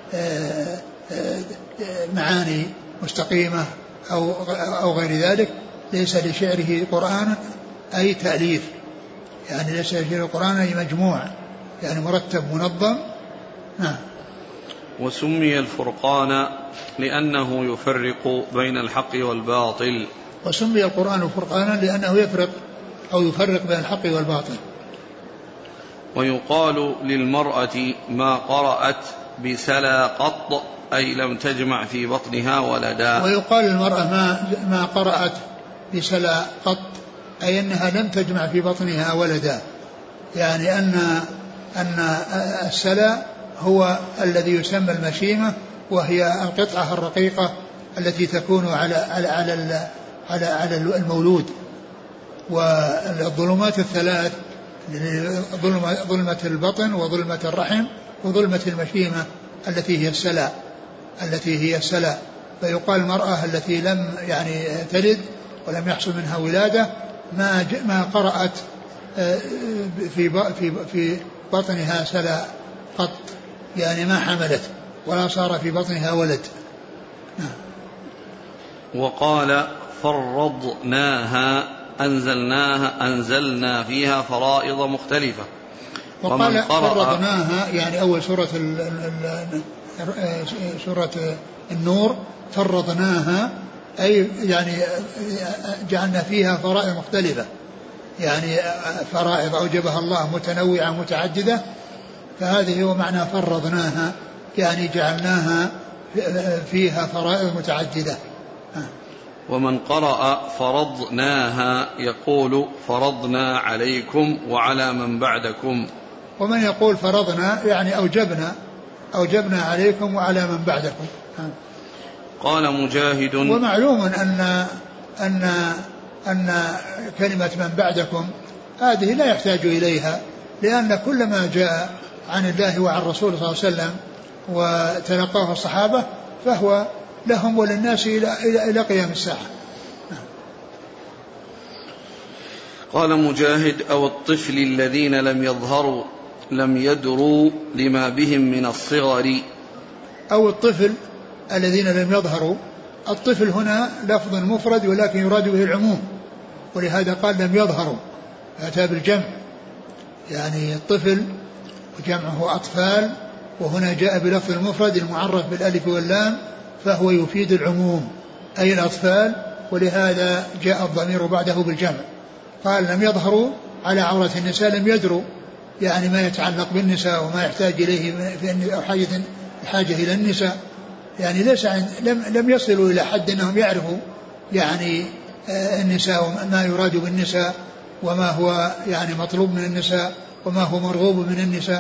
B: معاني مستقيمة أو غير ذلك. ليس لشعره قرآن أي تأليف، يعني ليس لشعره قرآن أي مجموع يعني مرتب منظم.
A: وسمي الفرقان لأنه يفرق بين الحق والباطل.
B: وسمي القرآن فرقانا لأنه يفرق أو يفرق بين الحق والباطل.
A: ويقال للمرأة ما قرأت بسلا قط أي لم تجمع في بطنها ولدا.
B: ويقال المرأة ما قرأت بسلا قط أي أنها لم تجمع في بطنها ولدا، يعني أن السلا هو الذي يسمى المشيمة، وهي القطعة الرقيقة التي تكون على المولود. والظلمات الثلاث، ظلمة البطن وظلمة الرحم وظلمة المشيمة التي هي السلا. فيقال المرأة التي لم يعني تلد ولم يحصل منها ولادة ما قرأت في بطنها سلا قط، يعني ما حملت ولا صار في بطنها ولد.
A: وقال فرضناها أنزلنا فيها فرائض مختلفة.
B: وقال فرضناها يعني أول سورة النور، فرضناها أي يعني جعلنا فيها فرائض مختلفة، يعني فرائض أوجبها الله متنوعة متعددة، فهذه هو معنى فرضناها، يعني جعلناها فيها فرائض متعددة.
A: ومن قرأ فرضناها يقول فرضنا عليكم وعلى من بعدكم.
B: ومن يقول فرضنا يعني أوجبنا عليكم وعلى من بعدكم.
A: قال مجاهد
B: ومعلوم أن كلمة من بعدكم هذه لا يحتاج إليها، لأن كل ما جاء عن الله وعن رسوله صلى الله عليه وسلم وتلقاه الصحابة فهو لهم وللناس إلى قيام الساعة.
A: قال مجاهد أو الطفل الذين لم يدروا لما بهم من الصغر.
B: أو الطفل الذين لم يظهروا. الطفل هنا لفظ مفرد ولكن يراد به العموم، ولهذا قال لم يظهروا، أتى بالجمع، يعني الطفل وجمعه أطفال، وهنا جاء بلفظ المفرد المعرف بالألف واللام فهو يفيد العموم أي الأطفال، ولهذا جاء الضمير بعده بالجمع. قال لم يظهروا على عورة النساء، لم يدروا يعني ما يتعلق بالنساء وما يحتاج إليه أو حاجة إلى النساء، يعني لم يصلوا إلى حد أنهم يعرفوا يعني النساء وما يراد بالنساء وما هو يعني مطلوب من النساء وما هو مرغوب من النساء.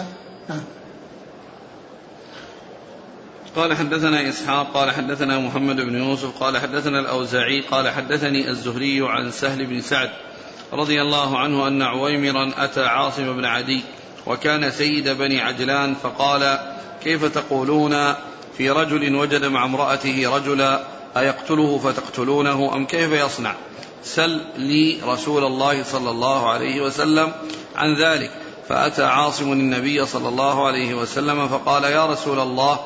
A: قال حدثنا إسحاق قال حدثنا محمد بن يوسف قال حدثنا الأوزاعي قال حدثني الزهري عن سهل بن سعد رضي الله عنه أن عويمرا أتى عاصم بن عدي وكان سيد بني عجلان فقال كيف تقولون في رجل وجد مع امرأته رجلا أيقتله فتقتلونه أم كيف يصنع؟ سل لي رسول الله صلى الله عليه وسلم عن ذلك. فأتى عاصم النبي صلى الله عليه وسلم فقال يا رسول الله،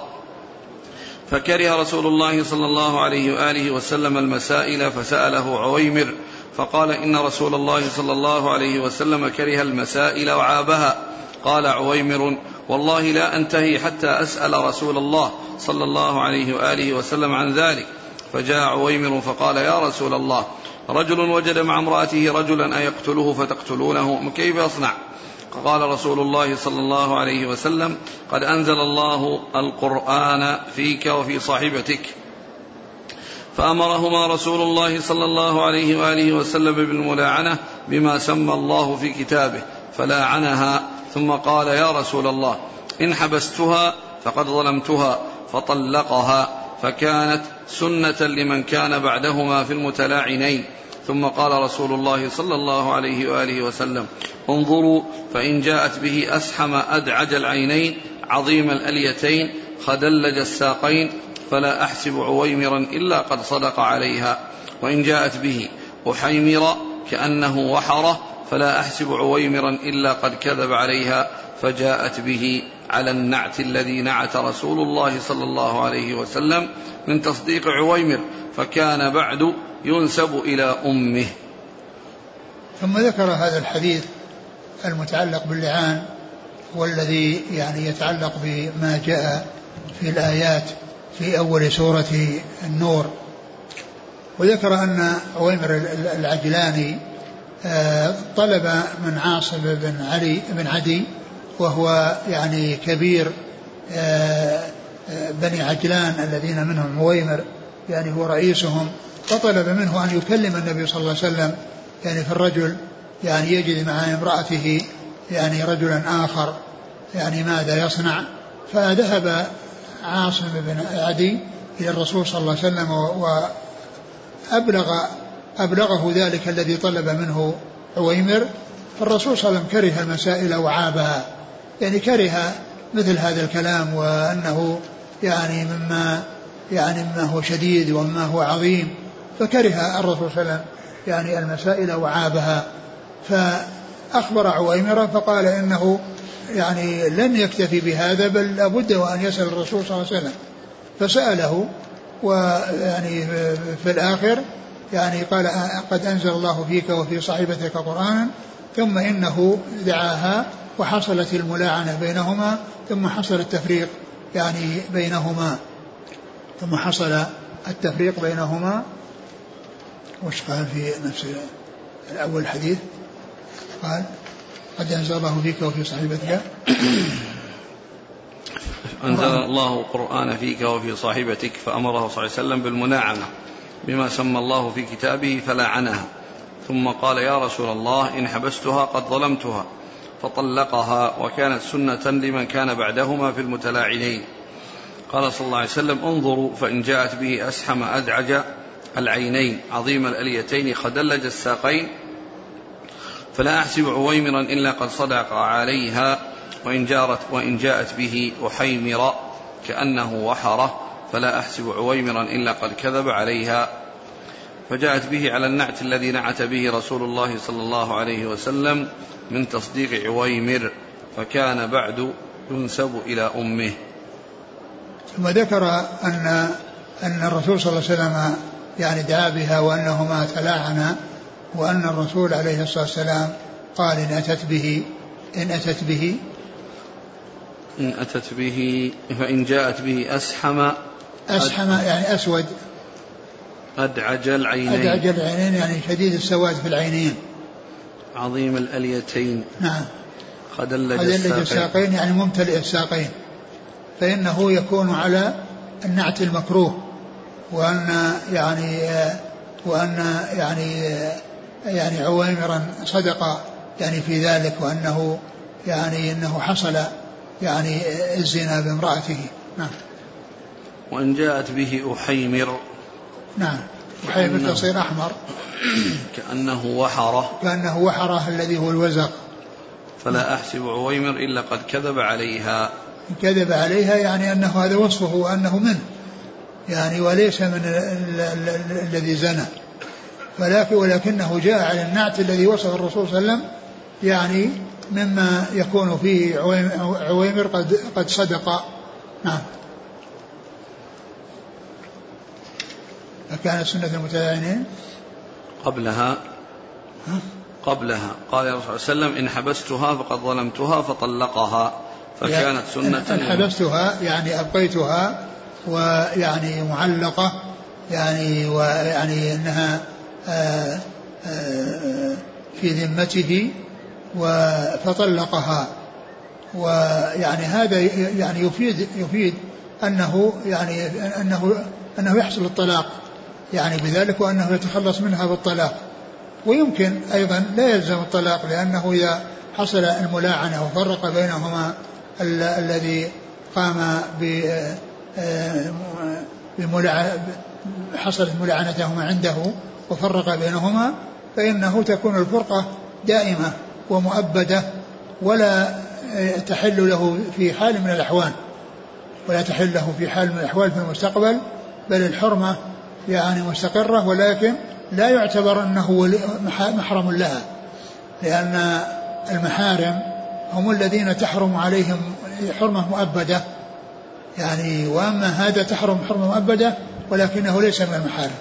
A: فكره رسول الله صلى الله عليه وآله وسلم المسائل فسأله عويمر فقال إن رسول الله صلى الله عليه وسلم كره المسائل وعابها. قال عويمر والله لا أنتهي حتى أسأل رسول الله صلى الله عليه وآله وسلم عن ذلك. فجاء عويمر فقال يا رسول الله، رجل وجد مع امرأته رجلا أيقتله فتقتلونه كيف يصنع؟ قال رسول الله صلى الله عليه وسلم قد أنزل الله القرآن فيك وفي صاحبتك. فأمرهما رسول الله صلى الله عليه وآله وسلم بالملاعنة بما سمى الله في كتابه فلاعنها، ثم قال يا رسول الله إن حبستها فقد ظلمتها، فطلقها، فكانت سنة لمن كان بعدهما في المتلاعنين. ثم قال رسول الله صلى الله عليه وآله وسلم انظروا فإن جاءت به أسحم أدعج العينين عظيم الأليتين خدلج الساقين فلا أحسب عويمرا إلا قد صدق عليها، وإن جاءت به أحيمر كأنه وحره فلا أحسب عويمرا إلا قد كذب عليها. فجاءت به على النعت الذي نعت رسول الله صلى الله عليه وسلم من تصديق عويمر، فكان بعد ينسب إلى أمه.
B: ثم ذكر هذا الحديث المتعلق باللعان والذي يعني يتعلق بما جاء في الآيات في أول سورة النور، وذكر أن عويمر العجلاني طلب من عاصم بن عدي وهو يعني كبير بني عجلان الذين منهم عويمر يعني هو رئيسهم، فطلب منه أن يكلم النبي صلى الله عليه وسلم يعني في الرجل يعني يجد مع امرأته يعني رجلا آخر يعني ماذا يصنع. فذهب عاصم بن عدي إلى الرسول صلى الله عليه وسلم وأبلغه ذلك الذي طلب منه عويمر. فالرسول صلى الله عليه وسلم كره المسائل وعابها، يعني كره مثل هذا الكلام، وأنه يعني مما هو شديد ومما هو عظيم، فكره الرسول صلى الله عليه وسلم يعني المسائل وعابها. فأخبر عويمر فقال إنه يعني لن يكتفي بهذا بل لابد وأن يسأل الرسول صلى الله عليه وسلم. فسأله، ويعني في الآخر يعني قال قد أنزل الله فيك وفي صاحبتك قرآنا، ثم إنه دعاها وحصلت الملاعنة بينهما، ثم حصل التفريق يعني بينهما، وش قال في نفس الأول الحديث؟ قال قد أنزل الله فيك وفي صاحبتك
A: أنزل الله القرآن فيك وفي صاحبتك، فأمره صلى الله عليه وسلم بالملاعنة بما سمى الله في كتابه فلاعنها، ثم قال يا رسول الله إن حبستها قد ظلمتها، فطلقها، وكانت سنة لمن كان بعدهما في المتلاعنين. قال صلى الله عليه وسلم انظروا فإن جاءت به أسحم أدعج العينين عظيم الأليتين خدلج الساقين فلا أحسب عويمرا إلا قد صدق عليها، وإن جاءت به أحيمر كأنه وحره فلا أحسب عويمرا إلا قد كذب عليها. فجاءت به على النعت الذي نعت به رسول الله صلى الله عليه وسلم من تصديق عويمر، فكان بعد ينسب إلى أمه.
B: ثم ذكر أن الرسول صلى الله عليه وسلم يعني دعا بها وأنهما تلاعنا، وأن الرسول عليه الصلاة والسلام قال إن أتت به
A: فإن جاءت به أسحم
B: يعني أسود،
A: أدعج العينين
B: يعني شديد السواد في العينين،
A: عظيم الأليتين،
B: نعم،
A: خدلج
B: الساقين يعني ممتلئ الساقين، فإنه يكون على النعت المكروه، وأن يعني عويمرا صدق يعني في ذلك، وأنه يعني أنه حصل يعني الزنا بامرأته. نعم.
A: وإن جاءت به أحيمر،
B: نعم، أحيمر تصير أحمر
A: كأنه وحره
B: الذي هو الوزق.
A: فلا أحسب عويمر إلا قد كذب عليها
B: يعني أنه هذا وصفه وأنه منه يعني وليس من الذي زنى، ولكنه جاء على النعت الذي وصف الرسول صلى الله عليه وسلم يعني مما يكون فيه عويمر قد صدق. نعم. فكانت سنة المتلاعنين
A: قبلها قال يا رسول الله صلى الله عليه وسلم إن حبستها فقد ظلمتها فطلقها، فكانت سنة.
B: إن حبستها يعني أبقيتها ويعني معلقة يعني ويعني أنها في ذمته فطلقها، ويعني هذا يعني يفيد أنه يعني أنه يحصل الطلاق يعني بذلك، وأنه يتخلص منها بالطلاق. ويمكن أيضا لا يلزم الطلاق، لأنه إذا حصل الملاعنة وفرق بينهما الذي قام حصلت ملاعنتهما عنده وفرق بينهما، فإنه تكون الفرقة دائمة ومؤبدة، ولا تحل له في حال من الأحوال في المستقبل، بل الحرمة يعني مستقرة، ولكن لا يعتبر أنه محرم لها، لأن المحارم هم الذين تحرم عليهم حرمة مؤبدة يعني، وأما هذا تحرم حرمة مؤبدة ولكنه ليس من المحارم.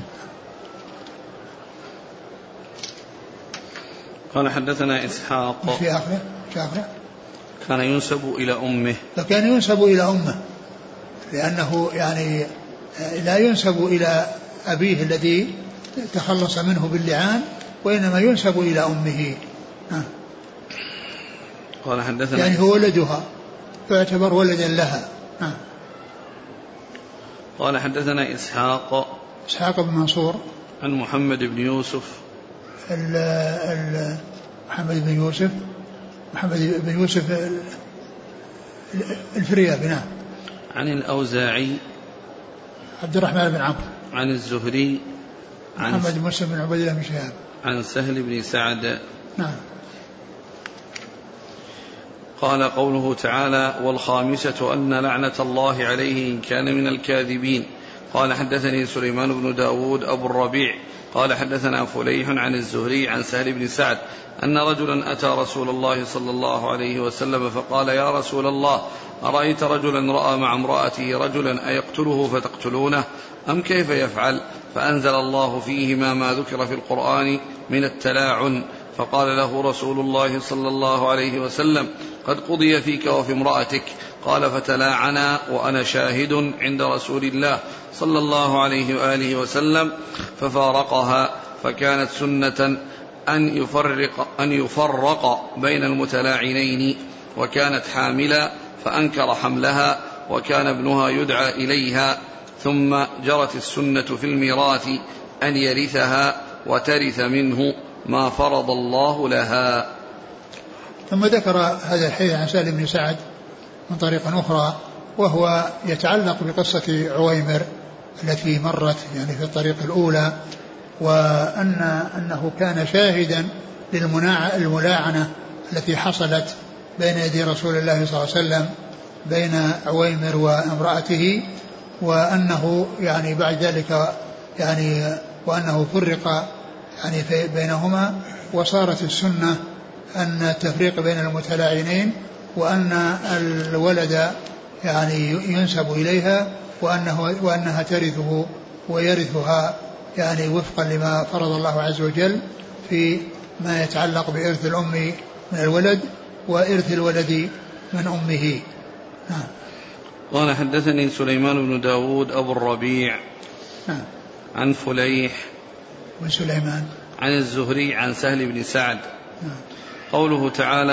A: قال حدثنا إسحاق
B: في آخره
A: كان ينسب إلى أمه،
B: فكان ينسب إلى أمه، لأنه يعني لا ينسب إلى أبيه الذي تخلص منه باللعان، وإنما ينسب إلى أمه.
A: قال حدثنا
B: يعني هو ولدها، فيعتبر ولدا لها.
A: قال حدثنا إسحاق
B: بن منصور
A: عن محمد بن يوسف
B: محمد بن يوسف الفريابي. نعم.
A: عن الأوزاعي
B: عبد الرحمن بن عمرو.
A: عن الزهري عن
B: محمد بن مسلم بن عبد الله بن شهاب.
A: عن سهل بن سعد.
B: نعم.
A: قال قوله تعالى والخامسة أن لعنة الله عليه إن كان من الكاذبين. قال حدثني سليمان بن داود أبو الربيع قال حدثنا فليح عن الزهري عن سهل بن سعد أن رجلا أتى رسول الله صلى الله عليه وسلم فقال يا رسول الله أرأيت رجلا رأى مع امرأته رجلا أيقتله فتقتلونه أم كيف يفعل؟ فأنزل الله فيهما ما ذكر في القرآن من التلاعن. فقال له رسول الله صلى الله عليه وسلم قد قضي فيك وفي امرأتك. قال فتلاعنا وأنا شاهد عند رسول الله صلى الله عليه وآله وسلم ففارقها. فكانت سنة أن يفرق بين المتلاعنين. وكانت حاملا فأنكر حملها وكان ابنها يدعى إليها. ثم جرت السنة في الميراث أن يرثها وترث منه ما فرض الله لها.
B: ثم ذكر هذا الحديث عن سهل بن سعد من طريق أخرى وهو يتعلق بقصة عويمر التي مرت يعني في الطريق الأولى، وأنه كان شاهدا للملاعنة التي حصلت بين يدي رسول الله صلى الله عليه وسلم بين عويمر وامرأته، وأنه يعني بعد ذلك يعني وأنه فرق يعني بينهما، وصارت السنة أن التفريق بين المتلاعنين وأن الولد يعني ينسب إليها وأنها ترثه ويرثها يعني وفقا لما فرض الله عز وجل في ما يتعلق بإرث الأم من الولد وإرث الولد من أمه.
A: قال حدثني سليمان بن داود أبو الربيع عن فليح
B: وسليمان
A: عن الزهري عن سهل بن سعد. قوله تعالى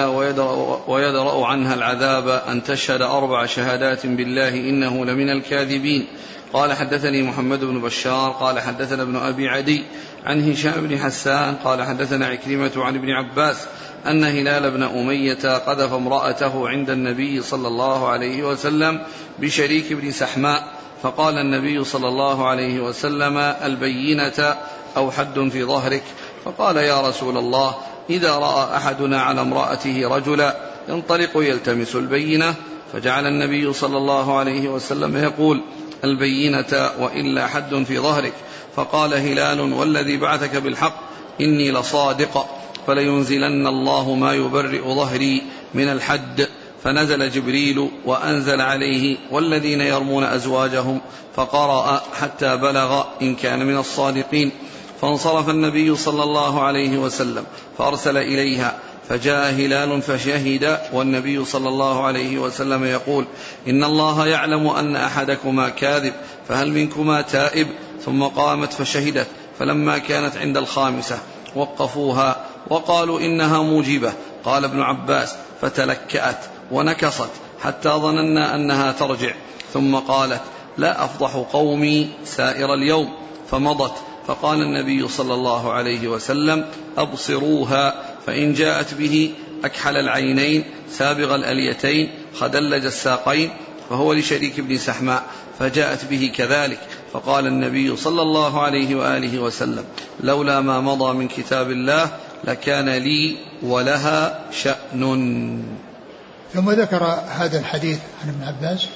A: ويدرأ عنها العذاب أن تشهد 4 شهادات بالله إنه لمن الكاذبين. قال حدثني محمد بن بشار قال حدثنا ابن أبي عدي عن هشام بن حسان قال حدثنا عكرمة عن ابن عباس أن هلال بن أمية قذف امرأته عند النبي صلى الله عليه وسلم بشريك بن سحماء. فقال النبي صلى الله عليه وسلم البينة أو حد في ظهرك. فقال يا رسول الله إذا رأى أحدنا على امرأته رجلا ينطلق يلتمس البينة. فجعل النبي صلى الله عليه وسلم يقول البينة وإلا حد في ظهرك. فقال هلال والذي بعثك بالحق إني لصادق فلينزلن الله ما يبرئ ظهري من الحد. فنزل جبريل وأنزل عليه والذين يرمون أزواجهم فقرأ حتى بلغ إن كان من الصادقين. فانصرف النبي صلى الله عليه وسلم فأرسل إليها فجاء هلال فشهد والنبي صلى الله عليه وسلم يقول إن الله يعلم أن أحدكما كاذب فهل منكما تائب؟ ثم قامت فشهدت. فلما كانت عند 5 وقفوها وقالوا إنها موجبة. قال ابن عباس فتلكأت ونكصت حتى ظننا أنها ترجع ثم قالت لا أفضح قومي سائر اليوم فمضت. فقال النبي صلى الله عليه وسلم أبصروها فإن جاءت به أكحل العينين سابغ الأليتين خدلج الساقين فهو لشريك بن سحماء فجاءت به كذلك. فقال النبي صلى الله عليه وآله وسلم لولا ما مضى من كتاب الله لكان لي ولها شأن.
B: ثم ذكر هذا الحديث عن ابن عباس.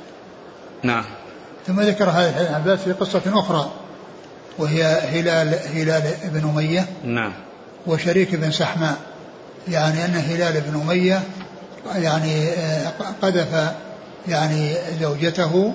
A: نعم.
B: ثم ذكر هذا الحديث عن عباس في قصة أخرى وهي هلال بن أمية.
A: نعم.
B: وشريك بن سحماء، يعني أن هلال بن أمية يعني قذف يعني زوجته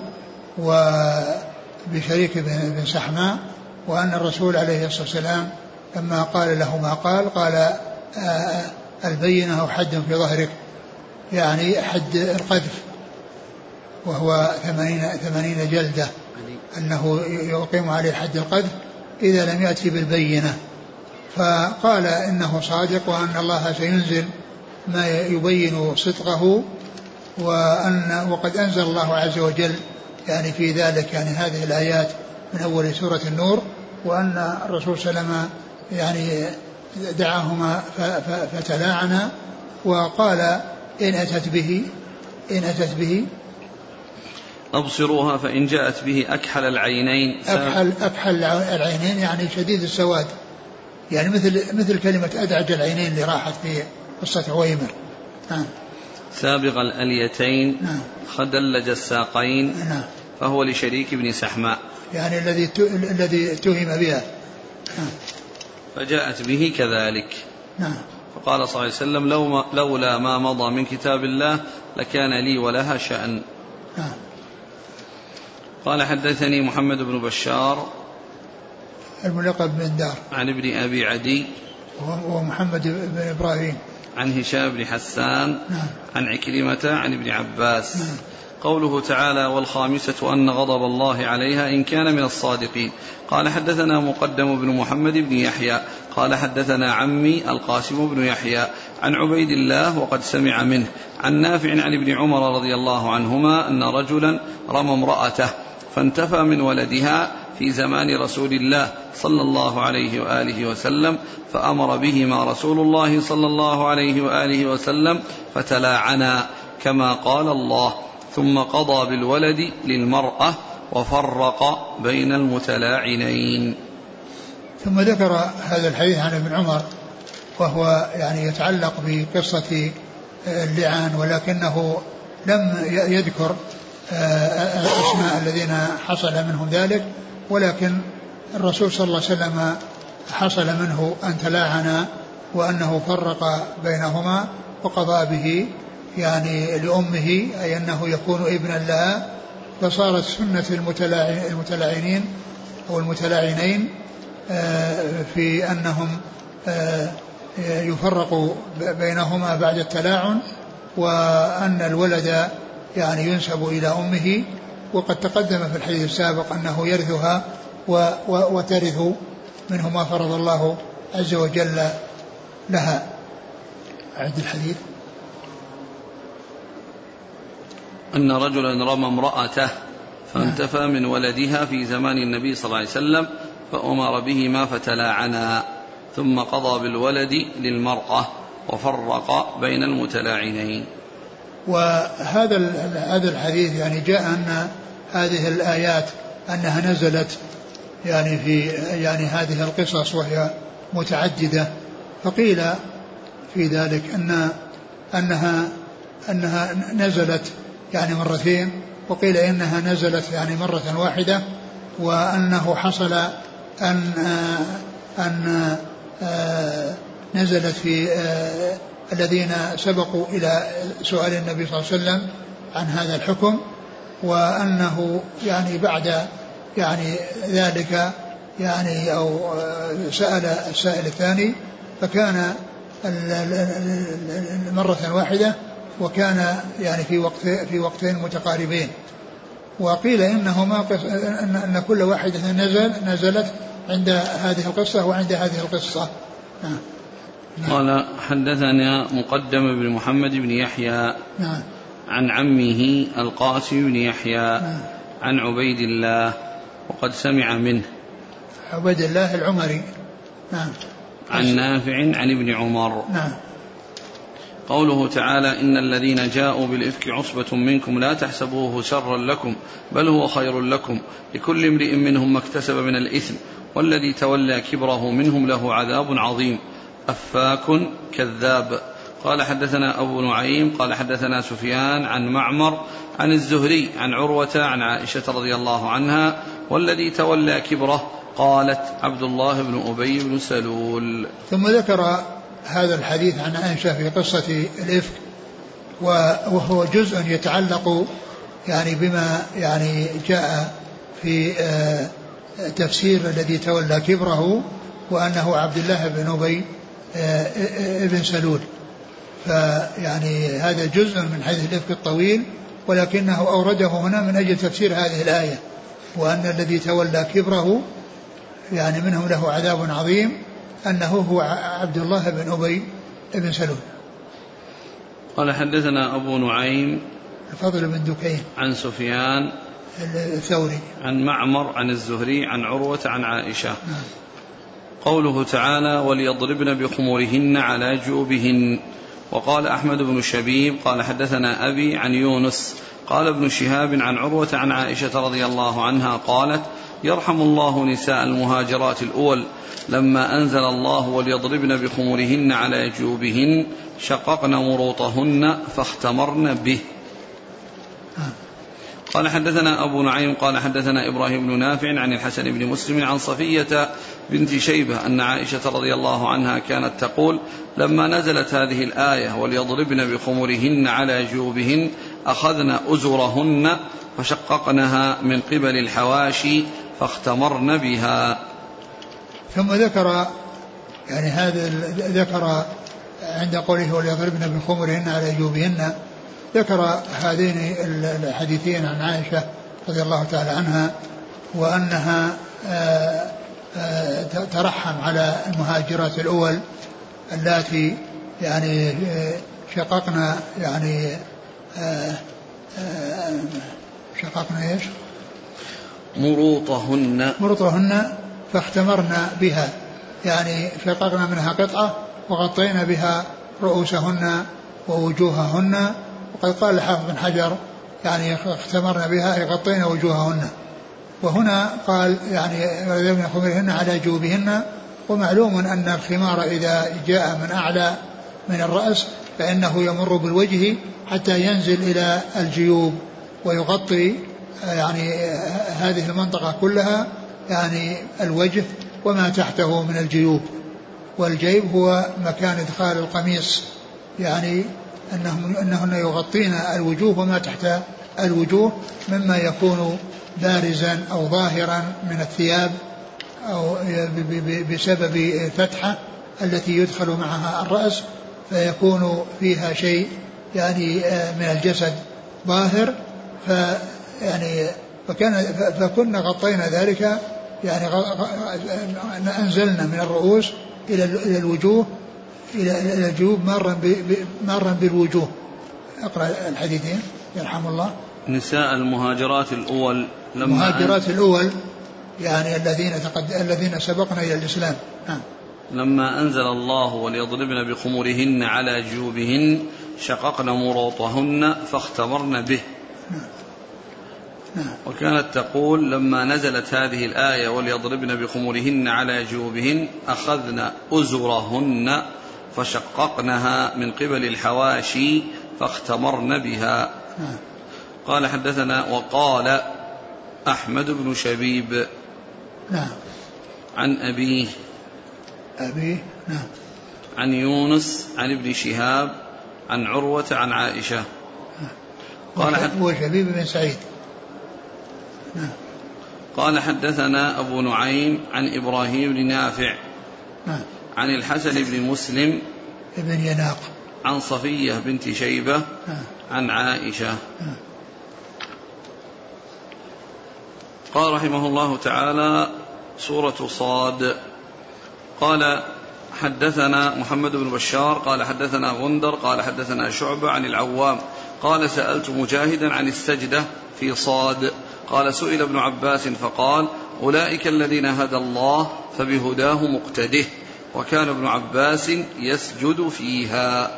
B: وبشريك بن سحماء، وأن الرسول عليه الصلاة والسلام لما قال له ما قال البينة أو حد في ظهرك، يعني حد القذف وهو 80 جلدة، أنه يقيم عليه حد القذف إذا لم يأتي بالبينة. فقال إنه صادق وأن الله سينزل ما يبين صدقه وقد أنزل الله عز وجل يعني في ذلك يعني هذه الآيات من أول سورة النور، وأن الرسول صلى الله عليه وسلم يعني دعاهما فتلاعنا، وقال إن أتت به
A: أبصروها فإن جاءت به أكحل العينين.
B: أكحل العينين يعني شديد السواد، يعني مثل كلمة أدعج العينين اللي راحت في قصة عويمر.
A: سابغ الأليتين. خدلج الساقين. فهو لشريك بن سحماء
B: يعني الذي اتهم بها.
A: فجاءت به كذلك. فقال صلى الله عليه وسلم لولا ما مضى من كتاب الله لكان لي ولها شأن. قال حدثني محمد بن بشار
B: الملقب بن دار
A: عن ابن أبي عدي
B: ومحمد بن إبراهيم
A: عن هشام بن حسان عن عكرمة عن ابن عباس. قوله تعالى والخامسة أن غضب الله عليها إن كان من الصادقين. قال حدثنا مقدم بن محمد بن يحيى قال حدثنا عمي القاسم بن يحيى عن عبيد الله وقد سمع منه عن نافع عن ابن عمر رضي الله عنهما أن رجلا رمى امرأته فانتفى من ولدها في زمان رسول الله صلى الله عليه وآله وسلم، فأمر بهما رسول الله صلى الله عليه وآله وسلم فتلاعنا كما قال الله، ثم قضى بالولد للمرأة وفرق بين المتلاعنين.
B: ثم ذكر هذا الحديث عن ابن عمر وهو يعني يتعلق بقصة اللعان، ولكنه لم يذكر أسماء الذين حصل منهم ذلك، ولكن الرسول صلى الله عليه وسلم حصل منه أن تلاعنا وأنه فرق بينهما وقضى به يعني لأمه، أي أنه يكون ابنا لها، فصارت سنة المتلاعنين أو المتلاعنين في أنهم يفرق بينهما بعد التلاعن، وأن الولد يعني ينسب إلى أمه، وقد تقدم في الحديث السابق أنه يرثها وترث منه ما فرض الله عز وجل لها. أعد الحديث.
A: أن رجلا رمى امرأته فانتفى من ولدها في زمان النبي صلى الله عليه وسلم فأمر بهما فتلاعنا، ثم قضى بالولد للمرأة وفرق بين المتلاعنين.
B: وهذا الحديث يعني جاء أن هذه الآيات أنها نزلت يعني في يعني هذه القصص وهي متعددة، فقيل في ذلك أنها نزلت يعني مرتين، وقيل إنها نزلت يعني مرة واحدة، وأنه حصل أن نزلت في الذين سبقوا إلى سؤال النبي صلى الله عليه وسلم عن هذا الحكم، وأنه يعني بعد يعني ذلك يعني أو سأل السائل الثاني فكان مرة واحدة، وكان يعني في وقتين متقاربين. وقيل إنهما أن كل واحدة نزلت عند هذه القصة وعند هذه القصة.
A: قال حدثنا مقدم بن محمد بن يحيى عن عمه القاسم بن يحيى عن عبيد الله وقد سمع منه
B: عبيد الله العمري
A: عن نافع عن ابن عمر. قوله تعالى إن الذين جاءوا بالإفك عصبة منكم لا تحسبوه شرا لكم بل هو خير لكم لكل امرئ منهم ما اكتسب من الإثم والذي تولى كبره منهم له عذاب عظيم أفاك كذاب. قال حدثنا أبو نعيم قال حدثنا سفيان عن معمر عن الزهري عن عروة عن عائشة رضي الله عنها والذي تولى كبره قالت عبد الله بن أبي بن سلول.
B: ثم ذكر هذا الحديث عن عائشة في قصة الإفك، وهو جزء يتعلق يعني بما يعني جاء في تفسير الذي تولى كبره وأنه عبد الله بن أبي ابن سلول، فيعني هذا جزء من حديث الإفك الطويل، ولكنه أورده هنا من أجل تفسير هذه الآية، وأن الذي تولى كبره يعني منهم له عذاب عظيم أنه هو عبد الله بن أبي بن سلول.
A: قال حدثنا أبو نعيم
B: الفضل بن دكين
A: عن سفيان
B: الثوري
A: عن معمر عن الزهري عن عروة عن عائشة. قوله تعالى وليضربن بخمورهن على جيوبهن. وقال أحمد بن شبيب قال حدثنا أبي عن يونس قال ابن شهاب عن عروة عن عائشة رضي الله عنها قالت يرحم الله نساء المهاجرات الأول لما أنزل الله وليضربن بخمورهن على جيوبهن شققن مروطهن فاختمرن به. قال حدثنا أبو نعيم قال حدثنا إبراهيم بن نافع عن الحسن بن مسلم عن صفية بنت شيبة أن عائشة رضي الله عنها كانت تقول لما نزلت هذه الآية وليضربن بخمورهن على جيوبهن أخذن أزرهن فشققنها من قبل الحواشي فاختمرن بها.
B: ثم ذكر يعني هذا ذكر عند قوله وليضربن بخمورهن على جيوبهن ذكر هذين الحديثين عن عائشة رضي الله تعالى عنها وأنها ترحم على المهاجرات الأول اللاتي يعني شققنا يعني شققنا ايش؟ مروطهن فاختمرنا بها يعني شققنا منها قطعة وغطينا بها رؤوسهن ووجوههن. وقد قال الحافظ بن حجر يعني اختمرنا بها أي غطينا وجوههن. وهنا قال يعني وليضربن بخمورهن على جيوبهن. ومعلوم أن الخمار إذا جاء من أعلى من الرأس فإنه يمر بالوجه حتى ينزل إلى الجيوب ويغطي يعني هذه المنطقة كلها يعني الوجه وما تحته من الجيوب. والجيب هو مكان إدخال القميص يعني أنهن يغطين الوجوه وما تحت الوجوه مما يكون بارزا أو ظاهرا من الثياب أو بسبب الفتحة التي يدخل معها الرأس فيكون فيها شيء يعني من الجسد ظاهر يعني فكنا غطينا ذلك يعني أنزلنا من الرؤوس إلى الوجوه إلى الجيوب مرا بالوجوه. أقرأ الحديثين يرحم الله.
A: نساء المهاجرات الأول
B: المهاجرات الأول يعني الذين سبقنا إلى الإسلام.
A: لما أنزل الله وليضربن بخمورهن على جيوبهن شققن مروطهن فاختمرن به. وكانت تقول لما نزلت هذه الآية وليضربن بخمورهن على جيوبهن أخذن أزرهن فشققنها من قبل الحواشي فاختمرن بها. قال حدثنا وقال أحمد بن شبيب عن أبيه عن يونس عن ابن شهاب عن عروة عن عائشة
B: قال هو شبيب بن سعيد.
A: قال حدثنا أبو نعيم عن إبراهيم بن نافع عن الحسن بن مسلم
B: ابن يناق
A: عن صفية بنت شيبة عن عائشة. قال رحمه الله تعالى سورة صاد. قال حدثنا محمد بن بشار قال حدثنا غندر قال حدثنا شعبة عن العوام قال سألت مجاهدا عن السجدة في صاد قال سئل ابن عباس فقال أولئك الذين هدى الله فبهداه مقتده وكان ابن عباس يسجد فيها.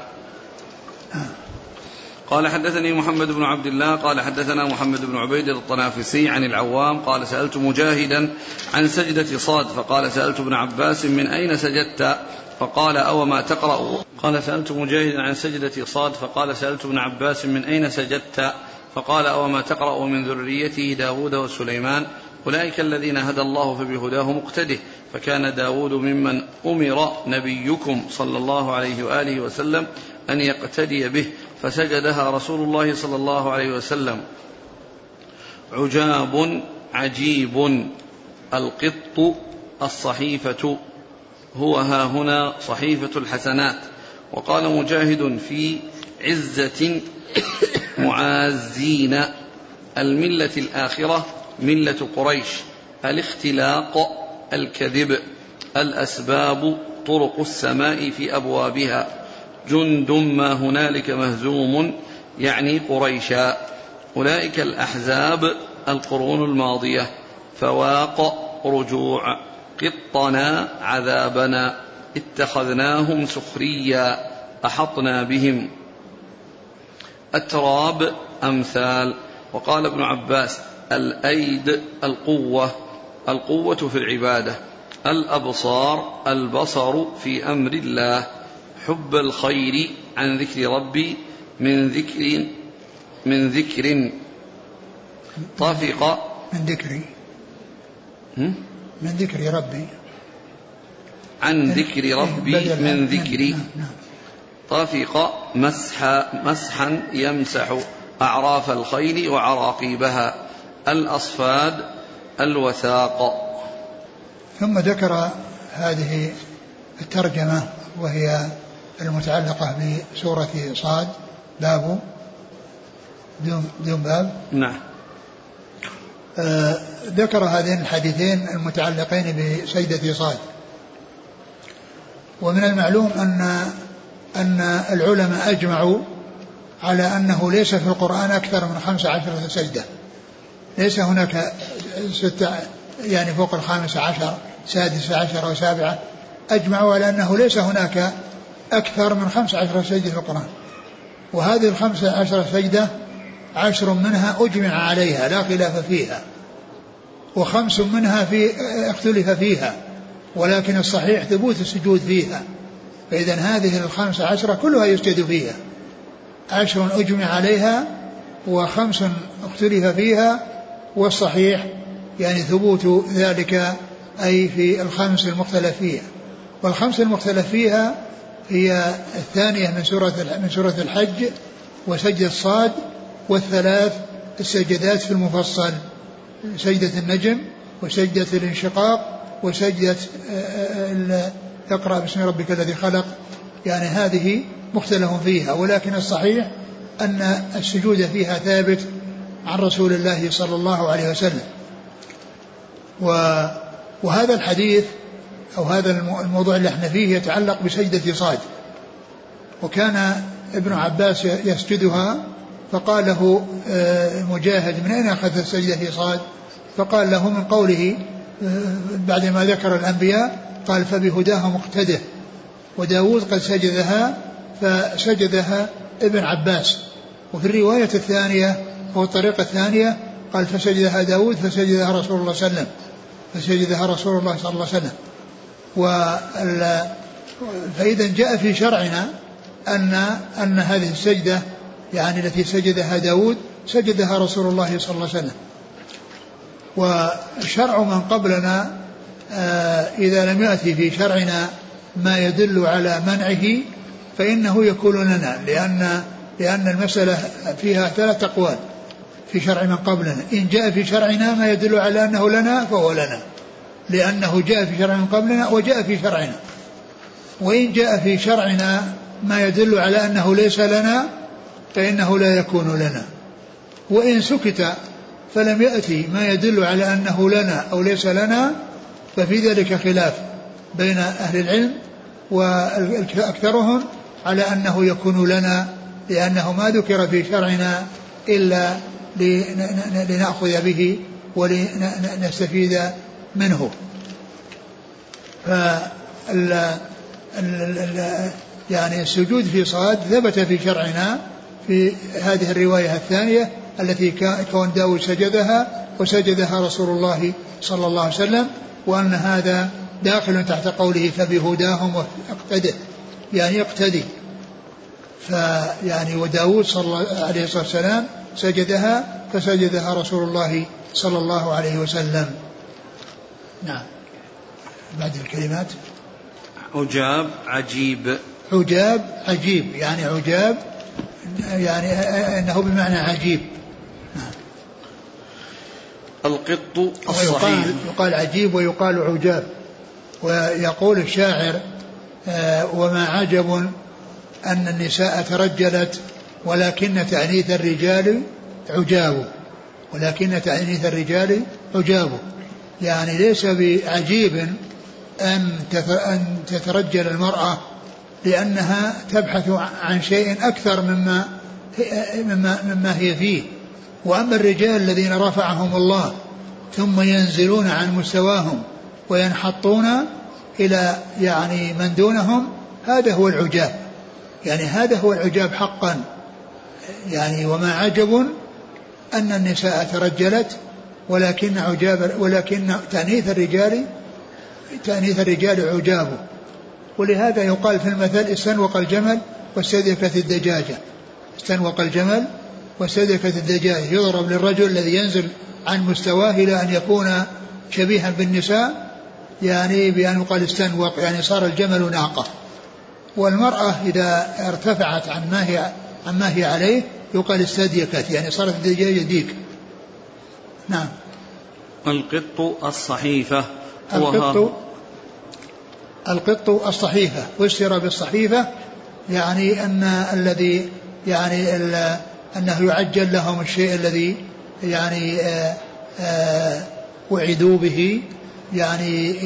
A: قال حدثني محمد بن عبد الله قال حدثنا محمد بن عبيد الطنافسي عن العوام قال سألت مجاهدا عن سجدة صاد فقال سألت ابن عباس من أين سجدت فقال أو ما تقرأ. قال سألت مجاهدا عن سجدة صاد فقال سألت ابن عباس من أين سجدت فقال أو ما تقرأ من ذريته داود وسليمان أولئك الذين هدى الله فبهداه مقتده فكان داود ممن أمر نبيكم صلى الله عليه وآله وسلم أن يقتدي به فسجدها رسول الله صلى الله عليه وسلم. عجاب عجيب القط الصحيفة هو ها هنا صحيفة الحسنات. وقال مجاهد في عزة معازين الملة الآخرة ملة قريش الاختلاق الكذب الأسباب طرق السماء في أبوابها جند ما هنالك مهزوم يعني قريشا. أولئك الأحزاب القرون الماضية. فواق رجوع. قطنا عذابنا. اتخذناهم سخريا. أحطنا بهم. أتراب أمثال. وقال ابن عباس الأيد القوة في العبادة. الأبصار البصر في أمر الله. حب الخير عن ذكر ربي من ذكر طافق
B: من ذكر ربي
A: عن ذكر ربي من ذكري. طافق مسحا يمسح أعراف الخيل وعراقيبها. الأصفاد الوثاق.
B: ثم ذكر هذه الترجمة وهي المتعلقة بسورة صاد. باب دون باب.
A: نعم.
B: ذكر هذين الحديثين المتعلقين بسجدة صاد. ومن المعلوم أن العلماء أجمعوا على أنه ليس في القرآن أكثر من 15 سجدة. ليس هناك يعني فوق 15 16 و17. أجمعوا على أنه ليس هناك أكثر من 15 سجدة في القرآن. وهذه 15 سجدة 10 منها أجمع عليها لا خلاف فيها، و5 منها اختلف فيها، ولكن الصحيح ثبوت السجود فيها. فإذا هذه 15 كلها يسجد فيها. 10 أجمع عليها و5 اختلف فيها، والصحيح يعني ثبوت ذلك أي في 5 المختلف فيها. وال5 المختلف فيها هي الثانية من سورة الحج وسجدة صاد، والثلاث السجدات في المفصل: سجدة النجم وسجدة الانشقاق وسجدة اقرأ باسم ربك الذي خلق. يعني هذه مختلف فيها، ولكن الصحيح أن السجود فيها ثابت عن رسول الله صلى الله عليه وسلم. وهذا الحديث أو هذا الموضوع اللي احنا فيه يتعلق بسجدة صاد. وكان ابن عباس يسجدها، فقال له مجاهد: من أين أخذ السجدة في صاد؟ فقال له: من قوله بعدما ذكر الأنبياء قال: فبهداهم اقتده. وداود قد سجدها فسجدها ابن عباس. وفي الرواية الثانية أو الطريقة الثانية قال: فسجدها داود فسجدها رسول الله صلى الله عليه وسلم. فسجدها رسول الله صلى الله عليه وسلم. فإذا جاء في شرعنا أن هذه السجدة يعني التي سجدها داود سجدها رسول الله صلى الله عليه وسلم. وشرع من قبلنا إذا لم يأتي في شرعنا ما يدل على منعه فإنه يكون لنا، لأن المسألة فيها 3 أقوال في شرع من قبلنا. إن جاء في شرعنا ما يدل على أنه لنا فهو لنا، لأنه جاء في شرع من قبلنا وجاء في شرعنا. وإن جاء في شرعنا ما يدل على أنه ليس لنا فإنه لا يكون لنا. وإن سكت فلم يأتي ما يدل على أنه لنا أو ليس لنا ففي ذلك خلاف بين أهل العلم، وأكثرهم على أنه يكون لنا، لأنه ما ذكر في شرعنا إلا لنأخذ به ولنستفيد منه. يعني السجود في صاد ثبت في شرعنا في هذه الرواية الثانية التي كون داود سجدها وسجدها رسول الله صلى الله عليه وسلم، وأن هذا داخل تحت قوله: فبهداهم اقتده، يعني اقتدي. فيعني وداود صلى الله عليه وسلم سجدها فسجدها رسول الله صلى الله عليه وسلم. نعم. بعد الكلمات:
A: عجاب عجيب.
B: عجاب عجيب، يعني عجاب يعني أنه بمعنى عجيب.
A: القط الصحيح.
B: يقال عجيب ويقال عجاب. ويقول الشاعر: وما عجب أن النساء ترجلت ولكن تعنيث الرجال عجاب. ولكن تعنيث الرجال عجاب، يعني ليس بعجيب أن تترجل المرأة لأنها تبحث عن شيء أكثر مما مما هي فيه. وأما الرجال الذين رفعهم الله ثم ينزلون عن مستواهم وينحطون إلى يعني من دونهم، هذا هو العجاب، يعني هذا هو العجاب حقا. يعني وما عجب أن النساء ترجلت، ولكن تأنيث الرجال عجابه. ولهذا يقال في المثل استنوق الجمل واستدركت الدجاجة. استنوق الجمل واستدركت الدجاجة، يضرب للرجل الذي ينزل عن مستواه إلى أن يكون شبيها بالنساء، يعني بأن يقال استنوق، يعني صار الجمل ناقة. والمرأة إذا ارتفعت عن ما هي عليه يقال استديكت، يعني صارت الدجاجة ديك. نعم.
A: القط الصحيفة.
B: القط الصحيفة، واشترى بالصحيفة، يعني أن الذي يعني أنه يعجل لهم الشيء الذي يعني وعدوا به. يعني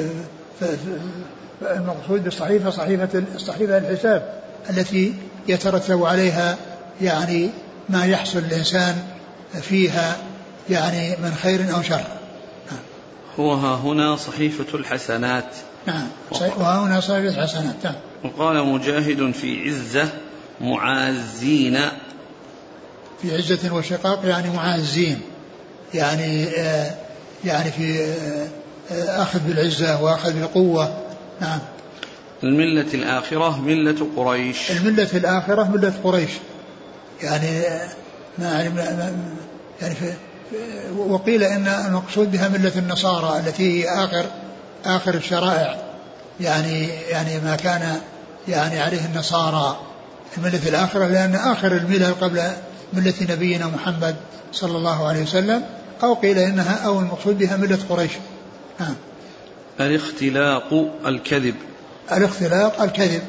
B: المقصود بالصحيفة الصحيفة الحساب التي يترتب عليها يعني ما يحصل الإنسان فيها يعني من خير أو شر.
A: هو هنا صحيفة الحسنات.
B: نعم، وهنا صحيفة الحسنات. نعم.
A: وقال مجاهد في عزة معازين.
B: في عزة وشقاق يعني معازين، يعني في أخذ بالعزة وأخذ بالقوة. نعم.
A: الملة الآخرة ملة قريش.
B: الملة الآخرة ملة قريش، يعني وقيل إن المقصود بها ملة النصارى التي هي آخر الشرائع، يعني ما كان يعني عليه النصارى. الملة الآخرة لأن آخر الملة قبل ملة نبينا محمد صلى الله عليه وسلم، أو قيل إنها أو المقصود بها ملة قريش.
A: الاختلاق الكذب.
B: الاختلاق الكذب.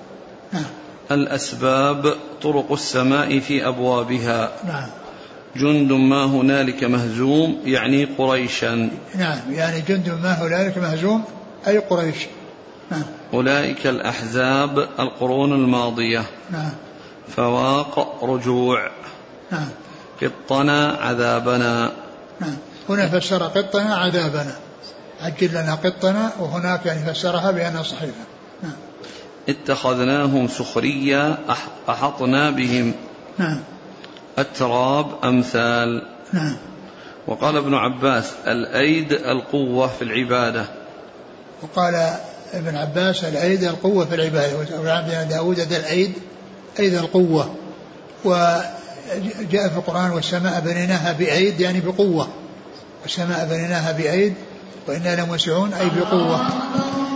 A: الأسباب طرق السماء في أبوابها.
B: نعم.
A: جند ما هنالك مهزوم يعني قريشا.
B: نعم، يعني جند ما هنالك مهزوم أي قريش. نعم.
A: أولئك الأحزاب القرون الماضية.
B: نعم.
A: فواق رجوع.
B: نعم.
A: قطنا عذابنا.
B: نعم. هنا فسر قطنا عذابنا، عجل لنا قطنا، وهناك يعني فسرها بأنها صحيفة. نعم.
A: اتخذناهم سخريا أحطنا بهم.
B: نعم.
A: التراب أمثال.
B: نعم.
A: وقال ابن عباس الأيد القوة في العبادة.
B: وقال ابن عباس الأيد القوة في العبادة. وعبد داود ذا الأيد أيد القوة. وجاء في القرآن والسماء بنيناها بأيد يعني بقوة، والسماء بنيناها بأيد وإنا لموسعون أي بقوة.